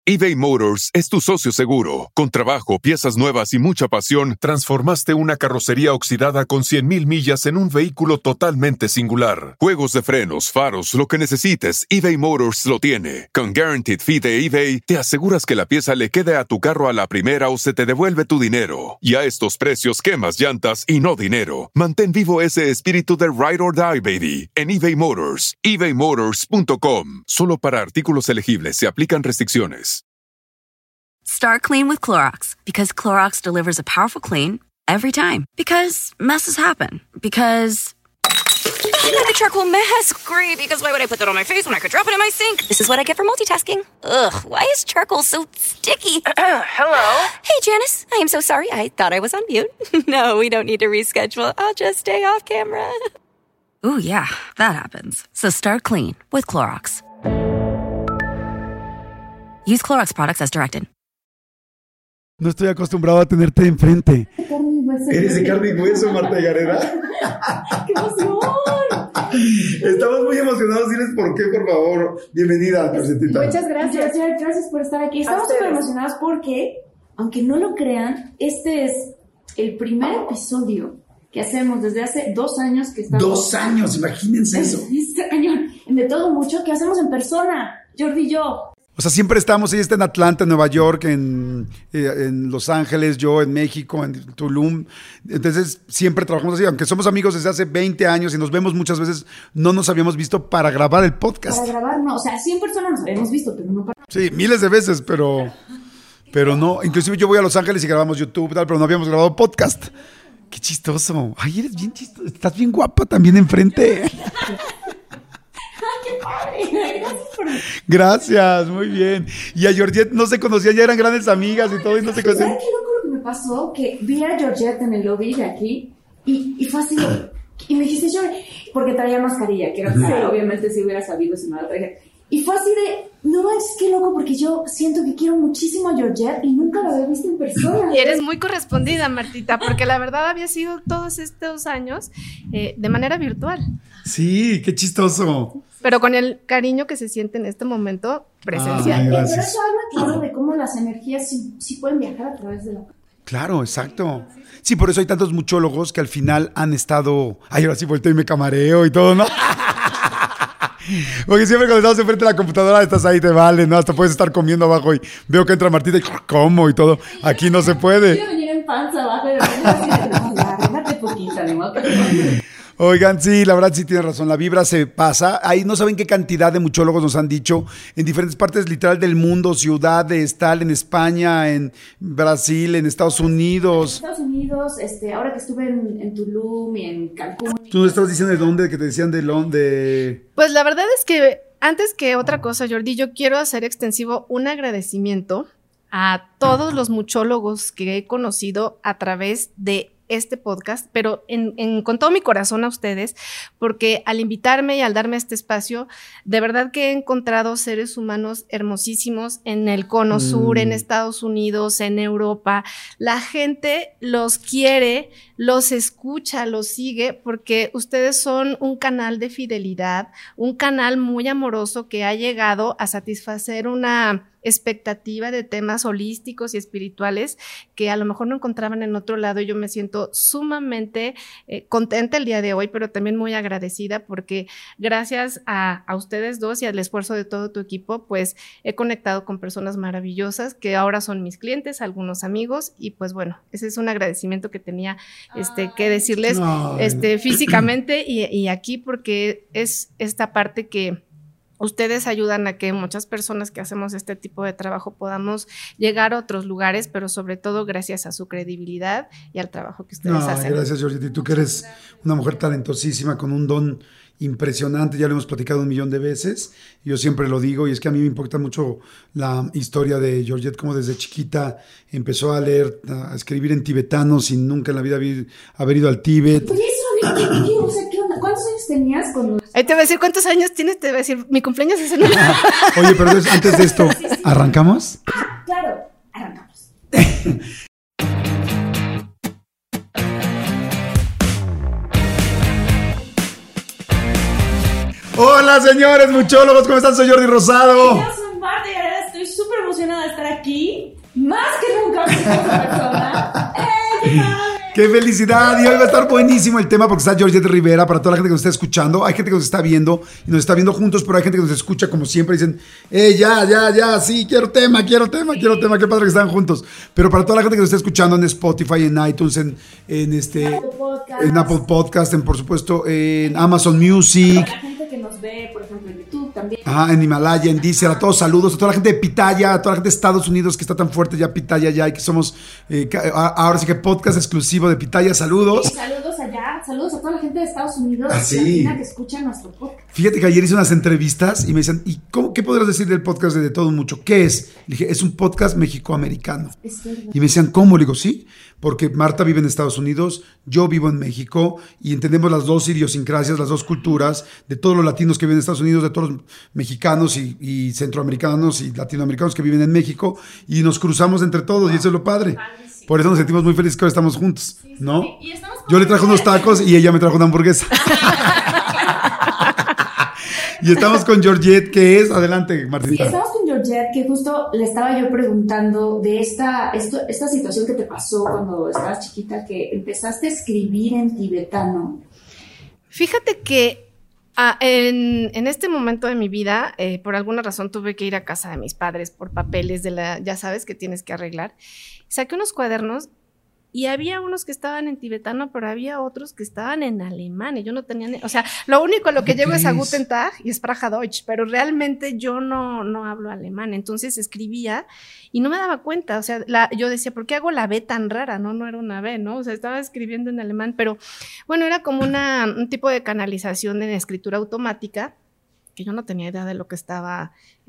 eBay Motors es tu socio seguro. Con trabajo, piezas nuevas y mucha pasión, transformaste una carrocería oxidada con 100,000 millas en un vehículo totalmente singular. Juegos de frenos, faros, lo que necesites, eBay Motors lo tiene. Con Guaranteed Fee de eBay, te aseguras que la pieza le quede a tu carro a la primera o se te devuelve tu dinero. Y a estos precios, quemas llantas y no dinero. Mantén vivo ese espíritu de Ride or Die, baby, en eBay Motors. ebaymotors.com. Solo para artículos elegibles se aplican restricciones. Start clean with Clorox, because Clorox delivers a powerful clean every time. Because messes happen. Because the charcoal mask. Great, because why would I put that on my face when I could drop it in my sink? This is what I get for multitasking. Ugh, why is charcoal so sticky? Hello? Hey, Janice. I am so sorry. I thought I was on mute. No, we don't need to reschedule. I'll just stay off camera. Ooh, yeah, that happens. So start clean with Clorox. Use Clorox products as directed. No estoy acostumbrado a tenerte enfrente. Eres de carne y hueso, Marta Gareda. ¡Qué emoción! Estamos muy emocionados. Diles por qué, por favor. Bienvenida, Marcetita. Muchas gracias. Gracias por estar aquí. Estamos súper emocionados porque, aunque no lo crean, este es el primer episodio que hacemos desde hace 2 años que estamos... 2 años, imagínense eso. Es cañón. De todo mucho que hacemos en persona, Jordi y yo. O sea, siempre estamos, ella está en Atlanta, en Nueva York, en Los Ángeles, yo en México, en Tulum. Entonces, siempre trabajamos así. Aunque somos amigos desde hace 20 años y nos vemos muchas veces, no nos habíamos visto para grabar el podcast. Para grabar, no. O sea, 100 personas nos habíamos visto, pero no para... Sí, miles de veces, pero no. Inclusive yo voy a Los Ángeles y grabamos YouTube y tal, pero no habíamos grabado podcast. Qué chistoso. Ay, eres bien chistoso. Estás bien guapa también enfrente. ¡Qué padre! Gracias, muy bien. Y a Georgette no se conocían, ya eran grandes amigas y todo, y no se conocían. ¿Sabes qué loco lo que me pasó? Que vi a Georgette en el lobby de aquí y fue así. Y me dijiste, porque traía mascarilla, que era obviamente si hubiera sabido si no la traía. Y fue así de, no manches, qué loco, porque yo siento que quiero muchísimo a Georgette y nunca la había visto en persona. Y eres muy correspondida, Martita, porque la verdad había sido todos estos años de manera virtual. Sí, qué chistoso. Pero con el cariño que se siente en este momento presencial. Ay, Pero gracias. eso habla claro de cómo las energías sí pueden viajar a través de la... Claro, exacto. Sí, por eso hay tantos muchólogos que al final han estado... Ay, ahora sí volteo y me camareo y todo, ¿no? Porque siempre cuando estamos enfrente de la computadora estás ahí, te vale, ¿no? Hasta puedes estar comiendo abajo y veo que entra Martita y como y todo. Aquí no se puede. Quiero venir en panza abajo y de repente así de, arréglate poquito, ni modo que... Oigan, sí, la verdad sí tiene razón, la vibra se pasa. Ahí no saben qué cantidad de muchólogos nos han dicho en diferentes partes literal del mundo, Ciudad de Estal, en España, en Brasil, en Estados Unidos. En Estados Unidos, ahora que estuve en Tulum y en Cancún. ¿Tú no estabas diciendo de dónde? Que te decían de... Pues la verdad es que antes que otra cosa, Jordi, yo quiero hacer extensivo un agradecimiento a todos los muchólogos que he conocido a través de este podcast, pero con todo mi corazón a ustedes, porque al invitarme y al darme este espacio, de verdad que he encontrado seres humanos hermosísimos en el Cono Sur, en Estados Unidos, en Europa. La gente los quiere, los escucha, los sigue, porque ustedes son un canal de fidelidad, un canal muy amoroso que ha llegado a satisfacer una expectativa de temas holísticos y espirituales que a lo mejor no encontraban en otro lado, y yo me siento sumamente contenta el día de hoy, pero también muy agradecida porque gracias a ustedes dos y al esfuerzo de todo tu equipo, pues he conectado con personas maravillosas que ahora son mis clientes, algunos amigos, y pues bueno, ese es un agradecimiento que tenía que decirles físicamente y aquí, porque es esta parte que ustedes ayudan a que muchas personas que hacemos este tipo de trabajo podamos llegar a otros lugares, pero sobre todo gracias a su credibilidad y al trabajo que ustedes hacen. Gracias, Georgette. Y tú que eres una mujer talentosísima con un don impresionante, ya lo hemos platicado 1,000,000 de veces, yo siempre lo digo, y es que a mí me importa mucho la historia de Georgette, como desde chiquita empezó a leer, a escribir en tibetano sin nunca en la vida haber ido al Tíbet. Oye, eso, ¿qué onda? ¿Cuántos años tenías cuando...? Ahí te voy a decir cuántos años tienes, te voy a decir, mi cumpleaños es en Oye, pero antes de esto, ¿arrancamos? Claro, arrancamos. Hola, señores muchólogos, ¿cómo están? Soy Jordi Rosado. Yo soy Marta y estoy súper emocionada emocionada de estar aquí, más que nunca con esta persona. ¡Qué padre! ¡Qué felicidad! Y hoy va a estar buenísimo el tema porque está Georgette Rivera. Para toda la gente que nos está escuchando, hay gente que nos está viendo y nos está viendo juntos, pero hay gente que nos escucha como siempre. Dicen, ya, sí, quiero tema. Qué padre que están juntos. Pero para toda la gente que nos está escuchando en Spotify, en iTunes, en Apple Podcast, por supuesto, en Amazon Music. Para la gente que nos ve, por ejemplo, en YouTube también. En Himalaya, en Deezer, a todos saludos, a toda la gente de Pitaya, a toda la gente de Estados Unidos que está tan fuerte ya Pitaya ya y que somos, ahora sí que podcast exclusivo de Pitaya, saludos. Saludos allá, saludos a toda la gente de Estados Unidos que escucha nuestro podcast. Fíjate que ayer hice unas entrevistas y me decían, ¿qué podrás decir del podcast de Todo Mucho? ¿Qué es? Le dije, es un podcast mexicoamericano. Es verdad. Y me decían, ¿cómo? Le digo, sí, porque Marta vive en Estados Unidos, yo vivo en México y entendemos las dos idiosincrasias, las dos culturas de todos los latinos que viven en Estados Unidos, de todos los mexicanos y centroamericanos y latinoamericanos que viven en México y nos cruzamos entre todos y eso es lo padre. Por eso nos sentimos muy felices que ahora estamos juntos, ¿no? Sí. Y estamos yo le traje unos tacos y ella me trajo una hamburguesa. Y estamos con Georgette, que es, adelante, Martita. Sí, estamos con Georgette, que justo le estaba yo preguntando de esta situación que te pasó cuando estabas chiquita, que empezaste a escribir en tibetano. Fíjate que en este momento de mi vida, por alguna razón tuve que ir a casa de mis padres por papeles ya sabes que tienes que arreglar. Saqué unos cuadernos y había unos que estaban en tibetano, pero había otros que estaban en alemán y yo no tenía, o sea, lo único a lo que llego es a Guten Tag y Sprache Deutsch, pero realmente yo no hablo alemán, entonces escribía y no me daba cuenta, o sea, yo decía, ¿por qué hago la B tan rara? No era una B, ¿no? O sea, estaba escribiendo en alemán, pero bueno, era como un tipo de canalización en escritura automática, que yo no tenía idea de lo que estaba,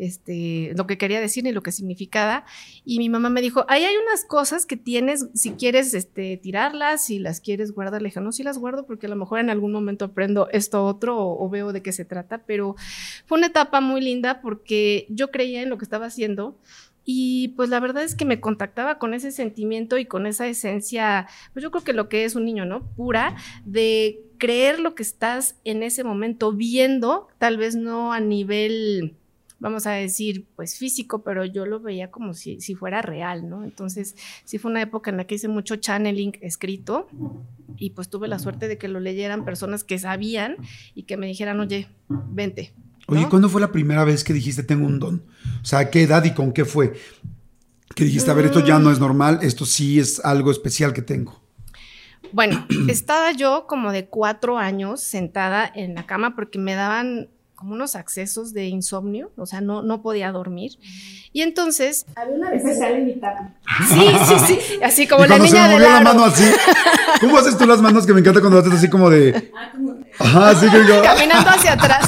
lo que quería decir ni lo que significaba, y mi mamá me dijo, ahí hay unas cosas que tienes, si quieres tirarlas, si las quieres guardar. Le dije, no, sí las guardo porque a lo mejor en algún momento aprendo esto otro o veo de qué se trata, pero fue una etapa muy linda porque yo creía en lo que estaba haciendo. Y pues la verdad es que me contactaba con ese sentimiento y con esa esencia, pues yo creo que lo que es un niño, ¿no? Pura, de creer lo que estás en ese momento viendo, tal vez no a nivel, vamos a decir, pues físico, pero yo lo veía como si fuera real, ¿no? Entonces sí fue una época en la que hice mucho channeling escrito y pues tuve la suerte de que lo leyeran personas que sabían y que me dijeran, oye, vente. ¿No? Oye, ¿cuándo fue la primera vez que dijiste tengo un don? O sea, ¿a qué edad y con qué fue? Que dijiste, a ver, esto ya no es normal, esto sí es algo especial que tengo. Bueno, estaba yo como de 4 años sentada en la cama porque me daban como unos accesos de insomnio, o sea, no podía dormir. Y entonces... Había una vez especial en mi cama. Sí, así como la niña del aro. La mano así, ¿cómo haces tú las manos? Que me encanta cuando haces así como de... Ajá, sí que yo... Caminando hacia atrás.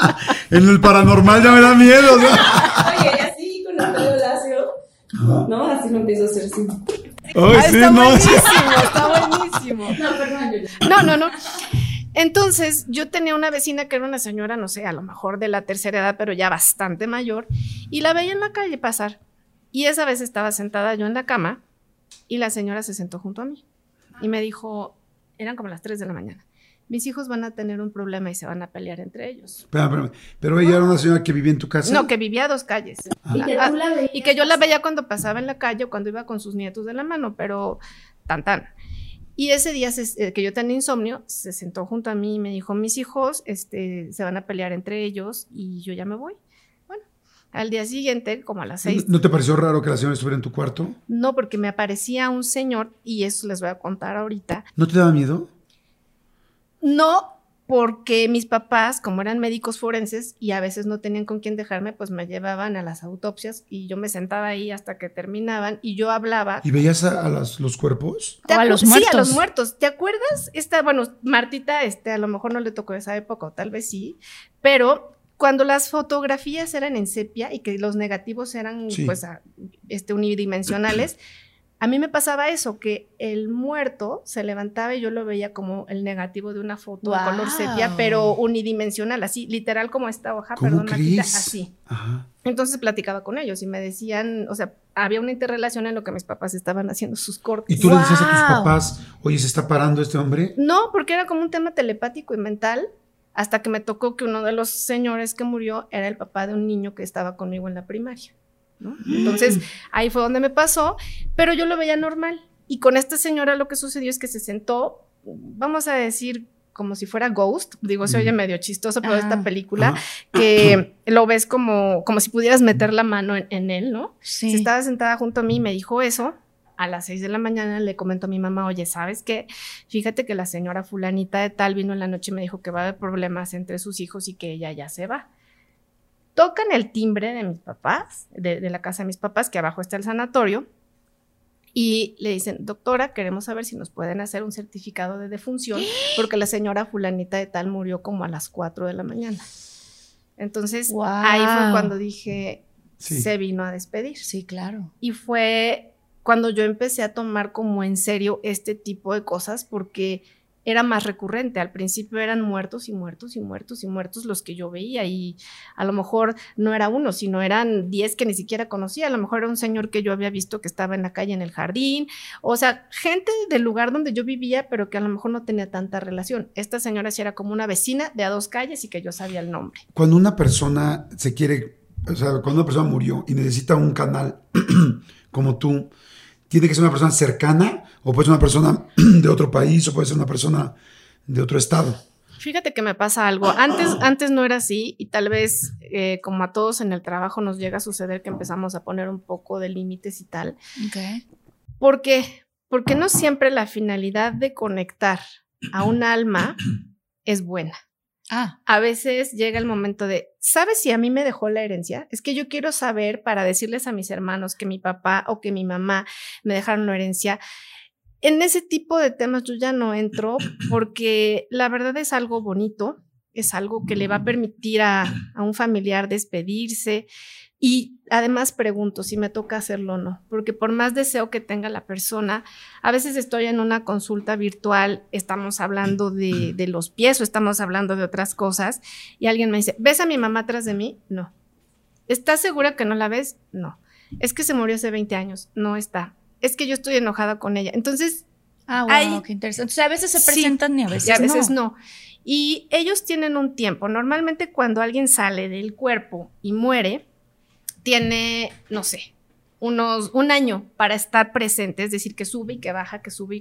En el paranormal ya me da miedo, ¿no? Oye, y así con el pelo lacio, ¿no? Así lo empiezo a hacer así. Ay, sí, está no. buenísimo, está buenísimo. No, perdón. No. Entonces, yo tenía una vecina que era una señora, no sé, a lo mejor de la tercera edad, pero ya bastante mayor, y la veía en la calle pasar. Y esa vez estaba sentada yo en la cama y la señora se sentó junto a mí y me dijo, eran como las 3 de la mañana, mis hijos van a tener un problema y se van a pelear entre ellos. Espérame. Pero ella era una señora que vivía en tu casa. No, que vivía a 2 calles. Y que tú la veías. Y que yo la veía cuando pasaba en la calle o cuando iba con sus nietos de la mano, pero tan. Y ese día que yo tenía insomnio, se sentó junto a mí y me dijo, mis hijos se van a pelear entre ellos y yo ya me voy. Bueno, al día siguiente, como a las 6. ¿No te pareció raro que la señora estuviera en tu cuarto? No, porque me aparecía un señor, y eso les voy a contar ahorita. ¿No te daba miedo? No, porque mis papás, como eran médicos forenses y a veces no tenían con quién dejarme, pues me llevaban a las autopsias y yo me sentaba ahí hasta que terminaban y yo hablaba. ¿Y veías a los cuerpos? O a los muertos. Sí, a los muertos. ¿Te acuerdas? Bueno, Martita, a lo mejor no le tocó esa época, o tal vez sí, pero cuando las fotografías eran en sepia y que los negativos eran, sí, pues, unidimensionales, a mí me pasaba eso, que el muerto se levantaba y yo lo veía como el negativo de una foto de color sepia, pero unidimensional, así, literal como esta hoja, ¿Cómo perdón, crees? Martita, así. Ajá. Entonces platicaba con ellos y me decían, o sea, había una interrelación en lo que mis papás estaban haciendo sus cortes. ¿Y tú le decías a tus papás, oye, ¿se está parando este hombre? No, porque era como un tema telepático y mental, hasta que me tocó que uno de los señores que murió era el papá de un niño que estaba conmigo en la primaria. ¿no? Entonces, ahí fue donde me pasó, pero yo lo veía normal. Y con esta señora lo que sucedió es que se sentó, vamos a decir, como si fuera Ghost, digo, se oye medio chistoso, pero esta película, que lo ves como si pudieras meter la mano en él, ¿no? Sí. Se estaba sentada junto a mí y me dijo eso. A las 6 de la mañana le comento a mi mamá, oye, ¿sabes qué? Fíjate que la señora fulanita de tal vino en la noche y me dijo que va a haber problemas entre sus hijos y que ella ya se va. Tocan el timbre de mis papás, de la casa de mis papás, que abajo está el sanatorio, y le dicen, doctora, queremos saber si nos pueden hacer un certificado de defunción, porque la señora fulanita de tal murió como a las 4 de la mañana. Entonces, ahí fue cuando dije, se vino a despedir. Sí, claro. Y fue cuando yo empecé a tomar como en serio este tipo de cosas, porque era más recurrente. Al principio eran muertos y muertos y muertos y muertos los que yo veía, y a lo mejor no era uno, sino eran 10 que ni siquiera conocía. A lo mejor era un señor que yo había visto que estaba en la calle en el jardín, o sea, gente del lugar donde yo vivía, pero que a lo mejor no tenía tanta relación. Esta señora sí era como una vecina de a 2 calles y que yo sabía el nombre. Cuando una persona se quiere, o sea, cuando una persona murió y necesita un canal como tú, ¿tiene que ser una persona cercana o puede ser una persona de otro país o puede ser una persona de otro estado? Fíjate que me pasa algo. Antes no era así, y tal vez como a todos en el trabajo nos llega a suceder que empezamos a poner un poco de límites y tal. Okay. ¿Por qué? Porque no siempre la finalidad de conectar a un alma es buena. A veces llega el momento de, ¿sabes si a mí me dejó la herencia? Es que yo quiero saber para decirles a mis hermanos que mi papá o que mi mamá me dejaron la herencia. En ese tipo de temas yo ya no entro, porque la verdad es algo bonito, es algo que le va a permitir a un familiar despedirse, y además pregunto si me toca hacerlo o no, porque por más deseo que tenga la persona, a veces estoy en una consulta virtual, estamos hablando de los pies o estamos hablando de otras cosas, y alguien me dice, ¿ves a mi mamá atrás de mí? No. ¿Estás segura que no la ves? No. Es que se murió hace 20 años. No está. Es que yo estoy enojada con ella. Entonces, wow, qué interesante. Entonces, a veces se presentan y a veces no. Y ellos tienen un tiempo. Normalmente cuando alguien sale del cuerpo y muere, tiene, no sé, un año para estar presente, es decir, que sube y que baja,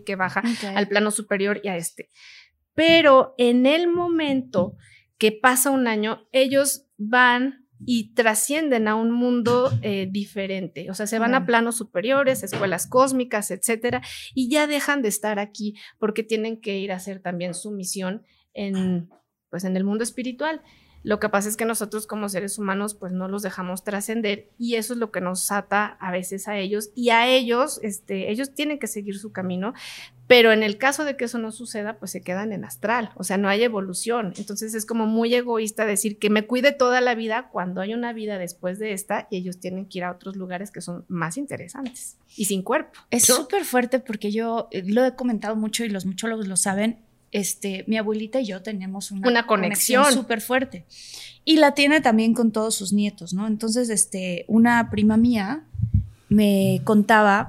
al plano superior y a este. Pero en el momento que pasa un año, ellos van y trascienden a un mundo diferente, o sea, se van a planos superiores, escuelas cósmicas, etcétera, y ya dejan de estar aquí porque tienen que ir a hacer también su misión en el mundo espiritual. Lo que pasa es que nosotros como seres humanos pues no los dejamos trascender, y eso es lo que nos ata a veces a ellos, y a ellos, ellos tienen que seguir su camino, pero en el caso de que eso no suceda, pues se quedan en astral, o sea, no hay evolución. Entonces es como muy egoísta decir que me cuide toda la vida cuando hay una vida después de esta, y ellos tienen que ir a otros lugares que son más interesantes y sin cuerpo. Es súper fuerte, porque yo lo he comentado mucho y los muchólogos lo saben. Mi abuelita y yo tenemos una conexión súper fuerte, y la tiene también con todos sus nietos, ¿no? Entonces, una prima mía me contaba,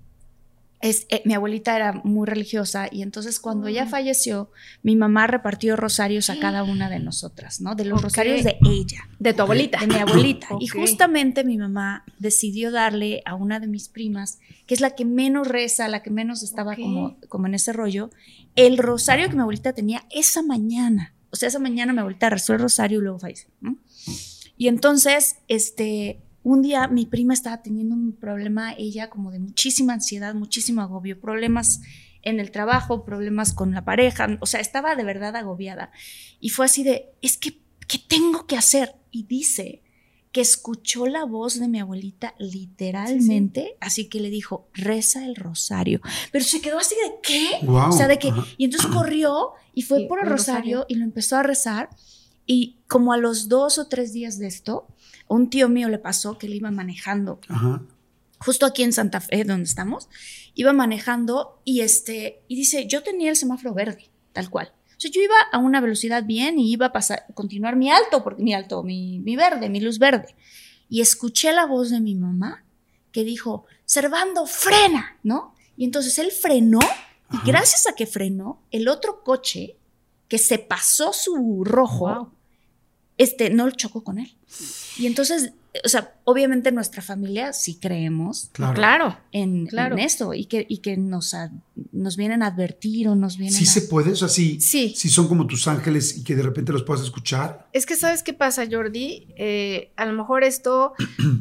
mi abuelita era muy religiosa, y entonces cuando ella falleció, mi mamá repartió rosarios a cada una de nosotras, ¿no? De los rosarios de ella. De tu abuelita. De mi abuelita. Y justamente mi mamá decidió darle a una de mis primas, que es la que menos reza, la que menos estaba como en ese rollo, el rosario que mi abuelita tenía esa mañana. O sea, esa mañana mi abuelita rezó el rosario y luego falleció, ¿no? Y entonces, un día mi prima estaba teniendo un problema, ella como de muchísima ansiedad, muchísimo agobio, problemas en el trabajo, problemas con la pareja, o sea, estaba de verdad agobiada. Y fue así de, es que, ¿qué tengo que hacer? Y dice que escuchó la voz de mi abuelita literalmente, así que le dijo, reza el rosario. Pero se quedó así de, ¿qué? Wow. O sea, de que, y entonces corrió y fue por el rosario y lo empezó a rezar, y como a los 2 o 3 días de esto, a un tío mío le pasó que él iba manejando, justo aquí en Santa Fe, donde estamos, iba manejando y dice, yo tenía el semáforo verde, tal cual. O sea, yo iba a una velocidad bien y iba a continuar mi verde, mi luz verde. Y escuché la voz de mi mamá que dijo, Servando, frena, ¿no? Y entonces él frenó, y gracias a que frenó, el otro coche que se pasó su rojo, no chocó con él. Y entonces o sea, obviamente en nuestra familia sí creemos Claro. en esto y que nos vienen a advertir o nos vienen ¿Sí se puede? O sea, sí son como tus ángeles y que de repente los puedas escuchar. Es que ¿sabes qué pasa, Jordi? A lo mejor esto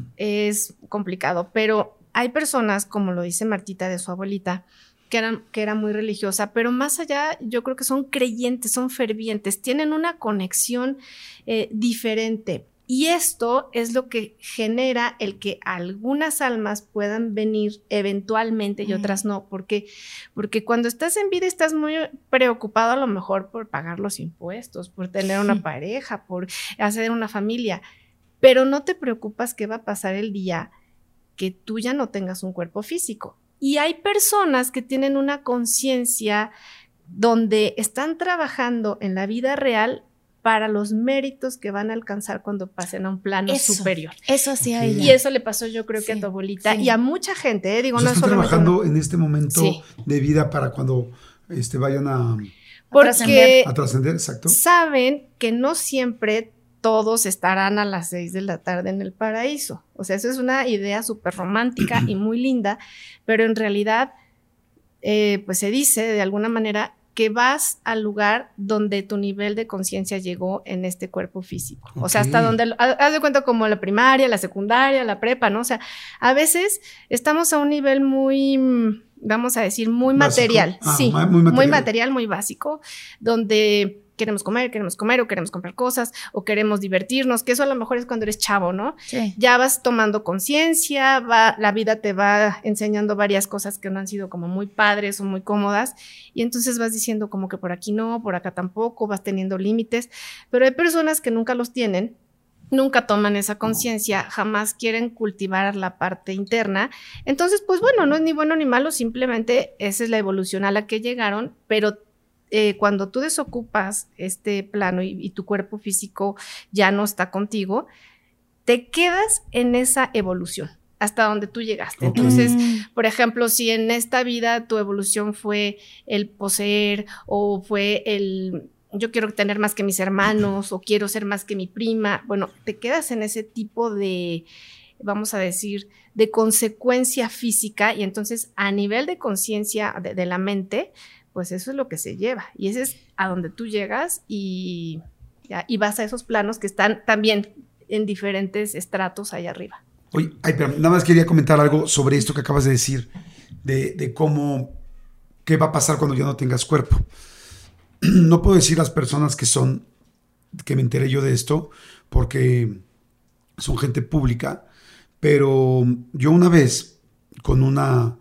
es complicado, pero hay personas, como lo dice Martita de su abuelita, que era muy religiosa, pero más allá yo creo que son creyentes, son fervientes, tienen una conexión diferente. Y esto es lo que genera el que algunas almas puedan venir eventualmente y otras no, porque cuando estás en vida estás muy preocupado a lo mejor por pagar los impuestos, por tener una pareja, por hacer una familia, pero no te preocupas qué va a pasar el día que tú ya no tengas un cuerpo físico. Y hay personas que tienen una conciencia donde están trabajando en la vida real para los méritos que van a alcanzar cuando pasen a un plano superior. Eso hacía ella. Y eso le pasó yo creo que a tu abuelita y a mucha gente, digo, no están trabajando en este momento de vida para cuando vayan a trascender, exacto. Saben que no siempre todos estarán a las 6 de la tarde en el paraíso. O sea, eso es una idea súper romántica y muy linda, pero en realidad, pues se dice de alguna manera que vas al lugar donde tu nivel de conciencia llegó en este cuerpo físico. Okay. O sea, hasta donde, haz de cuenta como la primaria, la secundaria, la prepa, ¿no? O sea, a veces estamos a un nivel muy, vamos a decir, muy básico. Material. Sí, muy material, muy básico, donde queremos comer o queremos comprar cosas o queremos divertirnos, que eso a lo mejor es cuando eres chavo, ¿no? Sí. Ya vas tomando conciencia, la vida te va enseñando varias cosas que no han sido como muy padres o muy cómodas y entonces vas diciendo como que por aquí no, por acá tampoco, vas teniendo límites, pero hay personas que nunca los tienen, nunca toman esa conciencia, jamás quieren cultivar la parte interna, entonces pues bueno, no es ni bueno ni malo, simplemente esa es la evolución a la que llegaron, pero cuando tú desocupas este plano y tu cuerpo físico ya no está contigo, te quedas en esa evolución hasta donde tú llegaste. Okay. Entonces, por ejemplo, si en esta vida tu evolución fue el poseer o fue el yo quiero tener más que mis hermanos o quiero ser más que mi prima, bueno, te quedas en ese tipo de, vamos a decir, de consecuencia física y entonces a nivel de conciencia de la mente, pues eso es lo que se lleva y ese es a donde tú llegas y vas a esos planos que están también en diferentes estratos allá arriba. Oye, pero nada más quería comentar algo sobre esto que acabas de decir, de cómo, qué va a pasar cuando ya no tengas cuerpo. No puedo decir las personas que me enteré yo de esto, porque son gente pública, pero yo una vez con una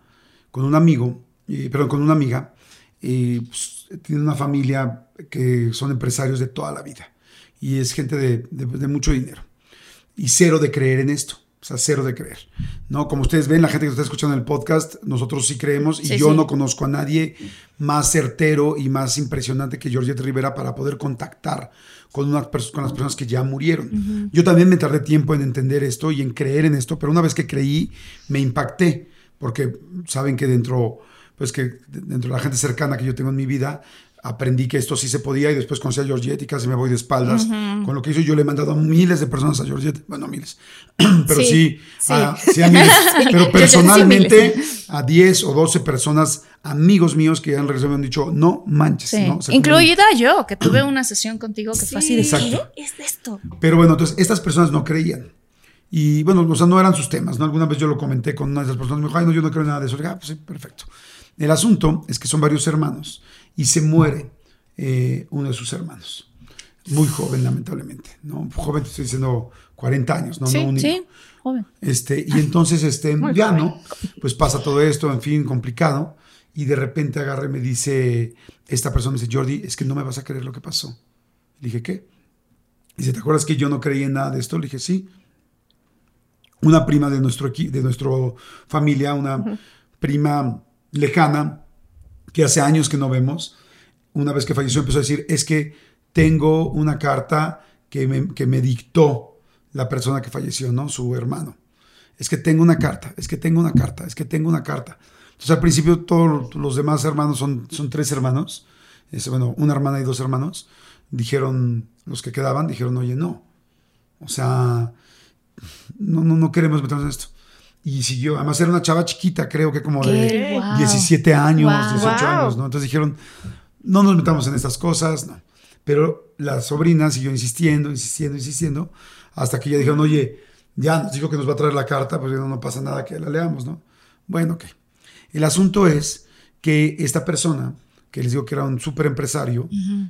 amiga, pues, tiene una familia que son empresarios de toda la vida y es gente de mucho dinero y cero de creer en esto, o sea, cero de creer, ¿no? Como ustedes ven, la gente que está escuchando el podcast, nosotros sí creemos y yo no conozco a nadie más certero y más impresionante que Georgette Rivera para poder contactar con las personas que ya murieron. Uh-huh. Yo también me tardé tiempo en entender esto y en creer en esto, pero una vez que creí, me impacté, porque saben que dentro de la gente cercana que yo tengo en mi vida, aprendí que esto sí se podía y después conocí a Georgette y casi me voy de espaldas. Uh-huh. Con lo que hizo, yo le he mandado a miles de personas a Georgette, bueno, miles, pero sí a miles, pero personalmente a 10 o 12 personas, amigos míos que han regresado me han dicho, no manches. Sí. ¿no? O sea, incluida yo, que tuve una sesión contigo que fue así de, exacto. ¿qué es esto? Pero bueno, entonces estas personas no creían. Y bueno, o sea, no eran sus temas, ¿no? Alguna vez yo lo comenté con una de esas personas, me dijo, ay, no, yo no creo en nada de eso. Le dije, pues sí, perfecto. El asunto es que son varios hermanos y se muere uno de sus hermanos. Muy joven, lamentablemente, ¿no? Joven, te estoy diciendo 40 años, ¿no? Sí, no un niño. Sí, joven. Y entonces, ya, joven. ¿No? Pues pasa todo esto, en fin, complicado. Y de repente agarra y me dice, esta persona me dice, Jordi, es que no me vas a creer lo que pasó. Le dije, ¿qué? Dice, ¿te acuerdas que yo no creí en nada de esto? Le dije, sí. Una prima de nuestra familia, una prima lejana, que hace años que no vemos, una vez que falleció empezó a decir, es que tengo una carta que me dictó la persona que falleció, ¿no? Su hermano. Es que tengo una carta. Entonces al principio todos los demás hermanos, son 3 hermanos, bueno, una hermana y 2 hermanos, dijeron, los que quedaban, dijeron, oye, no. O sea, no queremos meternos en esto. Y siguió, además era una chava chiquita, creo que como de ¿Qué? Wow. 17 años, Wow. 18 años, ¿no? Entonces dijeron, no nos metamos en estas cosas, no. Pero la sobrina siguió insistiendo, hasta que ya dijeron, oye, ya nos dijo que nos va a traer la carta, pues no pasa nada que la leamos, ¿no? Bueno, ok. El asunto es que esta persona, que les digo que era un súper empresario,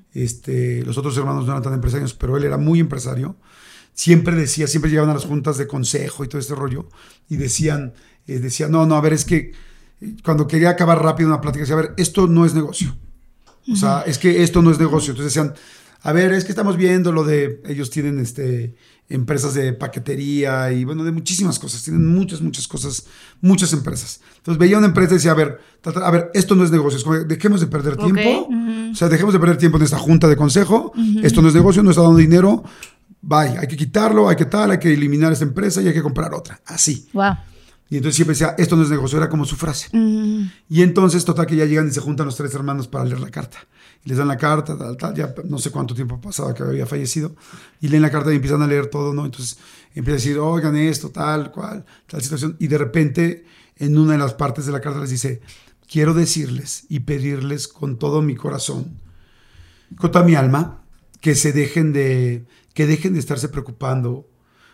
los otros hermanos no eran tan empresarios, pero él era muy empresario, siempre llegaban a las juntas de consejo y todo este rollo, y decía, no, a ver, es que cuando quería acabar rápido una plática, decía, a ver, esto no es negocio. O sea, es que esto no es negocio. Entonces decían, a ver, es que estamos viendo lo de, ellos tienen empresas de paquetería y bueno, de muchísimas cosas, tienen muchas cosas, muchas empresas. Entonces veía una empresa y decía, a ver, esto no es negocio, es como, dejemos de perder tiempo, o sea, dejemos de perder tiempo en esta junta de consejo, esto no es negocio, no está dando dinero, bye, hay que quitarlo, hay que eliminar esta empresa y hay que comprar otra, así. Wow. Y entonces siempre decía, esto no es negocio, era como su frase. Y entonces, total, que ya llegan y se juntan los 3 hermanos para leer la carta. Y les dan la carta, tal, ya no sé cuánto tiempo pasaba que había fallecido. Y leen la carta y empiezan a leer todo, ¿no? Entonces empieza a decir, oigan esto, tal cual, tal situación. Y de repente, en una de las partes de la carta les dice, quiero decirles y pedirles con todo mi corazón, con toda mi alma, que dejen de estarse preocupando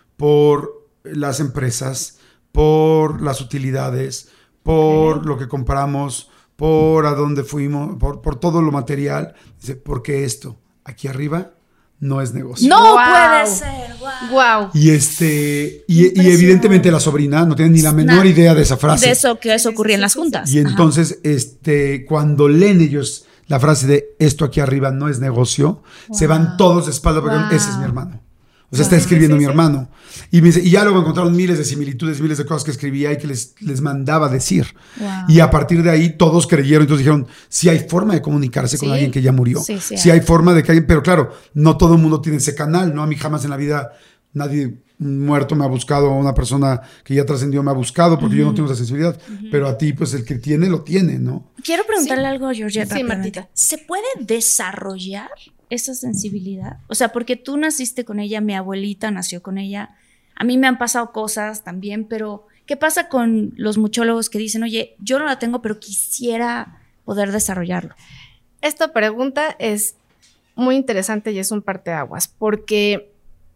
por las empresas, por las utilidades, por lo que compramos, por a dónde fuimos, por todo lo material. Dice, porque esto aquí arriba no es negocio. ¡No Wow. puede ser! Wow. Y evidentemente la sobrina no tiene ni la menor idea de esa frase. De eso que eso ocurría en las juntas. Y entonces, cuando leen ellos la frase de esto aquí arriba no es negocio, se van todos de espalda porque ese es mi hermano. O sea, está escribiendo mi hermano. Y me dice, y ya luego encontraron miles de similitudes, miles de cosas que escribía y que les mandaba decir. Wow. Y a partir de ahí todos creyeron. Entonces dijeron, sí hay forma de comunicarse con alguien que ya murió. Sí hay forma de que alguien... Pero claro, no todo el mundo tiene ese canal, ¿no? A mí jamás en la vida nadie muerto me ha buscado, una persona que ya trascendió me ha buscado porque yo no tengo esa sensibilidad. Pero a ti, pues el que tiene, lo tiene, ¿no? Quiero preguntarle algo a Georgette. Sí, Martita. ¿Se puede desarrollar esa sensibilidad? O sea, porque tú naciste con ella, mi abuelita nació con ella, a mí me han pasado cosas también, pero ¿qué pasa con los muchólogos que dicen, oye, yo no la tengo, pero quisiera poder desarrollarlo? Esta pregunta es muy interesante y es un parteaguas, porque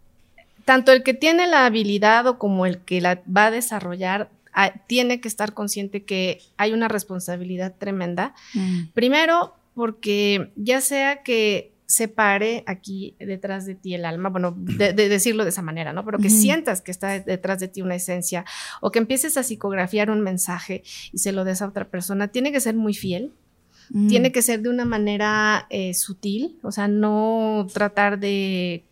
tanto el que tiene la habilidad o como el que la va a desarrollar tiene que estar consciente que hay una responsabilidad tremenda. Primero, porque ya sea que se pare aquí detrás de ti el alma, bueno, de decirlo de esa manera, ¿no? Pero que sientas que está detrás de ti una esencia o que empieces a psicografiar un mensaje y se lo des a otra persona, tiene que ser muy fiel, tiene que ser de una manera sutil, o sea, no tratar de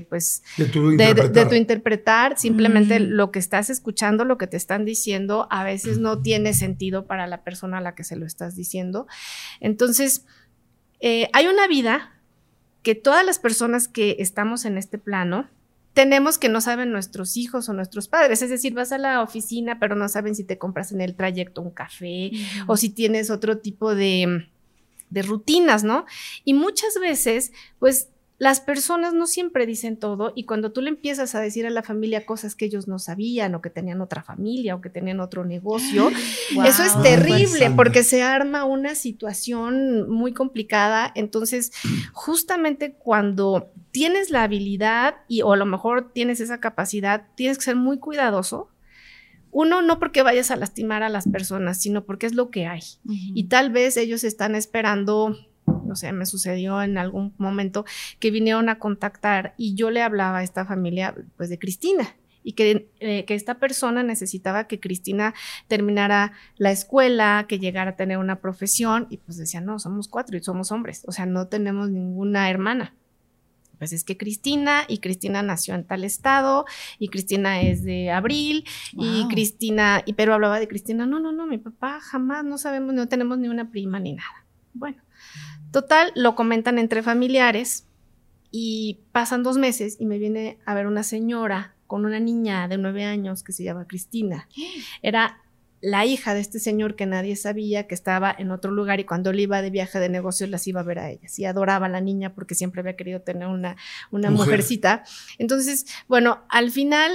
tu interpretar, simplemente lo que estás escuchando, lo que te están diciendo, a veces no tiene sentido para la persona a la que se lo estás diciendo. Entonces, hay una vida que todas las personas que estamos en este plano tenemos que no saben nuestros hijos o nuestros padres, es decir, vas a la oficina pero no saben si te compras en el trayecto un café o si tienes otro tipo de rutinas, ¿no? Y muchas veces, pues, las personas no siempre dicen todo y cuando tú le empiezas a decir a la familia cosas que ellos no sabían o que tenían otra familia o que tenían otro negocio, eso es terrible porque se arma una situación muy complicada. Entonces, justamente cuando tienes la habilidad o a lo mejor tienes esa capacidad, tienes que ser muy cuidadoso. Uno, no porque vayas a lastimar a las personas, sino porque es lo que hay. Y tal vez ellos están esperando... No sé, me sucedió en algún momento que vinieron a contactar y yo le hablaba a esta familia pues de Cristina y que esta persona necesitaba que Cristina terminara la escuela, que llegara a tener una profesión y pues decían, no, somos 4 y somos hombres, o sea, no tenemos ninguna hermana. Pues es que Cristina nació en tal estado y Cristina es de Abril y Cristina, pero hablaba de Cristina, no, mi papá jamás, no sabemos, no tenemos ni una prima ni nada. Bueno. Total, lo comentan entre familiares y pasan 2 meses y me viene a ver una señora con una niña de 9 años que se llama Cristina. Era la hija de este señor que nadie sabía, que estaba en otro lugar y cuando él iba de viaje de negocios las iba a ver a ellas y adoraba a la niña porque siempre había querido tener una mujercita. Entonces, bueno, al final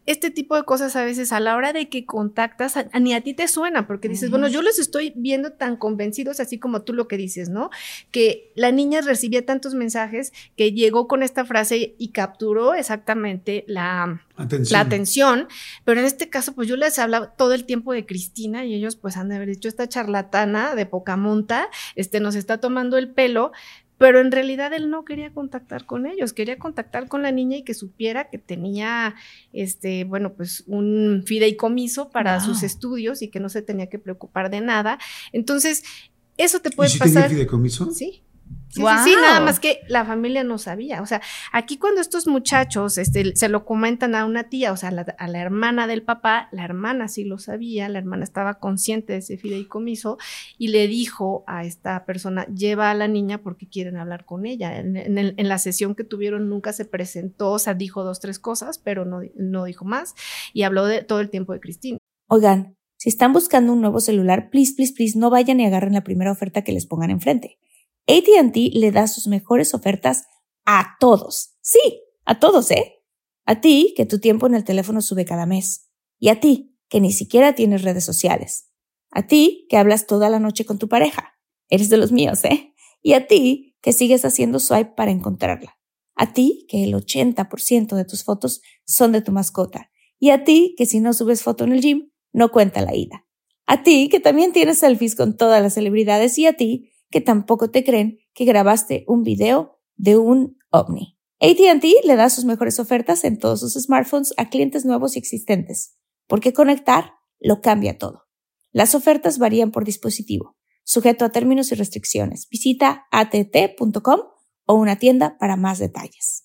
este tipo de cosas a veces a la hora de que contactas, ni a ti te suena, porque dices, bueno, yo los estoy viendo tan convencidos, así como tú lo que dices, ¿no? Que la niña recibía tantos mensajes que llegó con esta frase y capturó exactamente la atención, pero en este caso, pues yo les hablaba todo el tiempo de Cristina y ellos pues han de haber dicho, esta charlatana de poca monta, nos está tomando el pelo. Pero en realidad él no quería contactar con ellos, quería contactar con la niña y que supiera que tenía, pues un fideicomiso para sus estudios y que no se tenía que preocupar de nada. Entonces, eso te puede pasar. ¿Y si tenía fideicomiso? Sí. Sí, nada más que la familia no sabía. O sea, aquí cuando estos muchachos se lo comentan a una tía, o sea, a la hermana del papá, la hermana sí lo sabía, la hermana estaba consciente de ese fideicomiso y le dijo a esta persona, lleva a la niña porque quieren hablar con ella. En la sesión que tuvieron nunca se presentó, o sea, dijo 2, 3 cosas, pero no dijo más y habló de todo el tiempo de Cristina. Oigan, si están buscando un nuevo celular, please, no vayan y agarren la primera oferta que les pongan enfrente. AT&T le da sus mejores ofertas a todos. Sí, a todos, ¿eh? A ti, que tu tiempo en el teléfono sube cada mes. Y a ti, que ni siquiera tienes redes sociales. A ti, que hablas toda la noche con tu pareja. Eres de los míos, ¿eh? Y a ti, que sigues haciendo swipe para encontrarla. A ti, que el 80% de tus fotos son de tu mascota. Y a ti, que si no subes foto en el gym, no cuenta la ida. A ti, que también tienes selfies con todas las celebridades. Y a ti, que tampoco te creen que grabaste un video de un ovni. AT&T le da sus mejores ofertas en todos sus smartphones a clientes nuevos y existentes, porque conectar lo cambia todo. Las ofertas varían por dispositivo, sujeto a términos y restricciones. Visita att.com o una tienda para más detalles.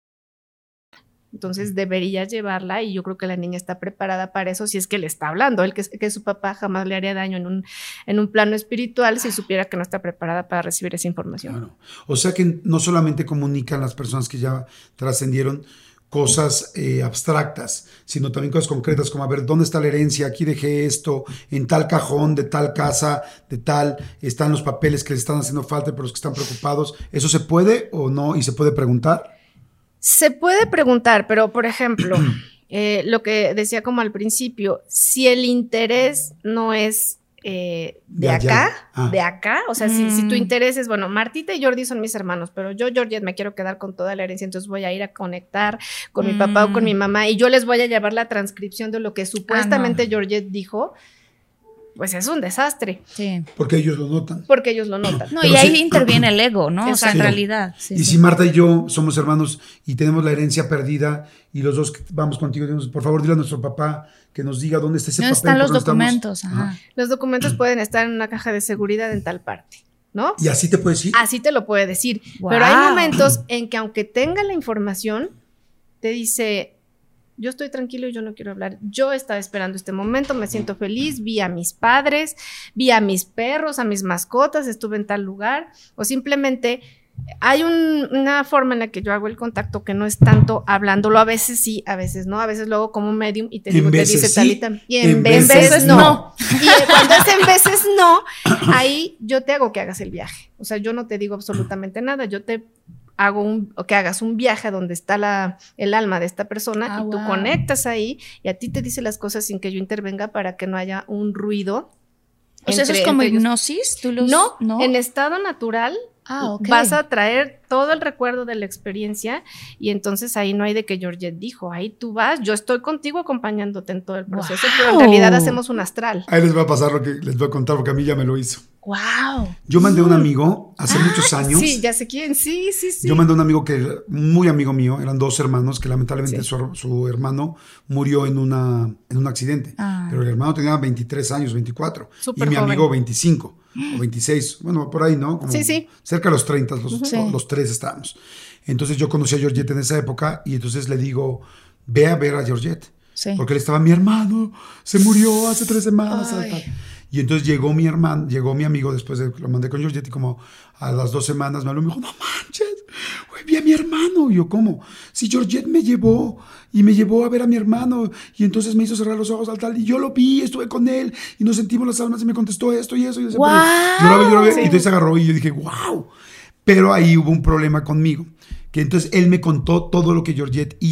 Entonces debería llevarla y yo creo que la niña está preparada para eso si es que le está hablando. El que su papá jamás le haría daño en un plano espiritual si supiera que no está preparada para recibir esa información. Claro. O sea que no solamente comunican las personas que ya trascendieron cosas abstractas, sino también cosas concretas como, a ver, ¿dónde está la herencia? Aquí dejé esto, en tal cajón, de tal casa, de tal, están los papeles que les están haciendo falta por los que están preocupados. ¿Eso se puede o no? ¿Y se puede preguntar? Se puede preguntar, pero por ejemplo, lo que decía como al principio, si el interés no es de acá, o sea, si tu interés es, bueno, Martita y Jordi son mis hermanos, pero yo, Georgette, me quiero quedar con toda la herencia, entonces voy a ir a conectar con mi papá o con mi mamá y yo les voy a llevar la transcripción de lo que supuestamente Georgette dijo. Pues es un desastre. Sí. Porque ellos lo notan. No, y ahí interviene el ego, ¿no? Exacto. O sea, en realidad. Sí, y si Marta y yo somos hermanos y tenemos la herencia perdida y los dos vamos contigo, digamos, por favor, dile a nuestro papá que nos diga dónde está ese papel. ¿Dónde están los documentos? Ajá. Los documentos pueden estar en una caja de seguridad en tal parte, ¿no? ¿Y así te puede decir? Así te lo puede decir. Wow. Pero hay momentos en que aunque tenga la información, te dice... Yo estoy tranquilo y yo no quiero hablar. Yo estaba esperando este momento, me siento feliz, vi a mis padres, vi a mis perros, a mis mascotas, estuve en tal lugar. O simplemente hay una forma en la que yo hago el contacto que no es tanto hablándolo. A veces sí, a veces no. A veces lo hago como un medium y te digo, te dice sí, Talita. Y en veces no. Y cuando es en veces no, ahí yo te hago que hagas el viaje. O sea, yo no te digo absolutamente nada. Yo te o que hagas un viaje a donde está el alma de esta persona y tú conectas ahí y a ti te dice las cosas sin que yo intervenga para que no haya un ruido. O sea, ¿eso es como hipnosis? No, en estado natural vas a traer todo el recuerdo de la experiencia y entonces ahí no hay de que Georgette dijo, ahí tú vas, yo estoy contigo acompañándote en todo el proceso, pero en realidad hacemos un astral. Ahí les va a pasar lo que les voy a contar porque a mí ya me lo hizo. ¡Wow! Yo mandé a un amigo hace muchos años. Sí, ya sé quién, sí. Yo mandé a un amigo muy amigo mío, eran 2 hermanos, que lamentablemente su hermano murió en un accidente. Pero el hermano tenía 23 años, 24. Súper y mi joven. amigo 25 o 26, bueno, por ahí, ¿no? Como sí. Cerca de los 30, los 3 estábamos. Entonces yo conocí a Georgette en esa época y entonces le digo, ve a ver a Georgette. Sí. Porque él estaba, mi hermano se murió hace 3 semanas. Y entonces llegó mi amigo después de que lo mandé con Georgette y como a las 2 semanas me habló y me dijo, no manches, güey, vi a mi hermano. Y yo, ¿cómo? Si Georgette me llevó a ver a mi hermano y entonces me hizo cerrar los ojos al tal y yo lo vi, estuve con él y nos sentimos las almas y me contestó esto y eso. Y wow. Lloraba. Sí. Y entonces agarró y yo dije, wow. Pero ahí hubo un problema conmigo, que entonces él me contó todo lo que Georgette hizo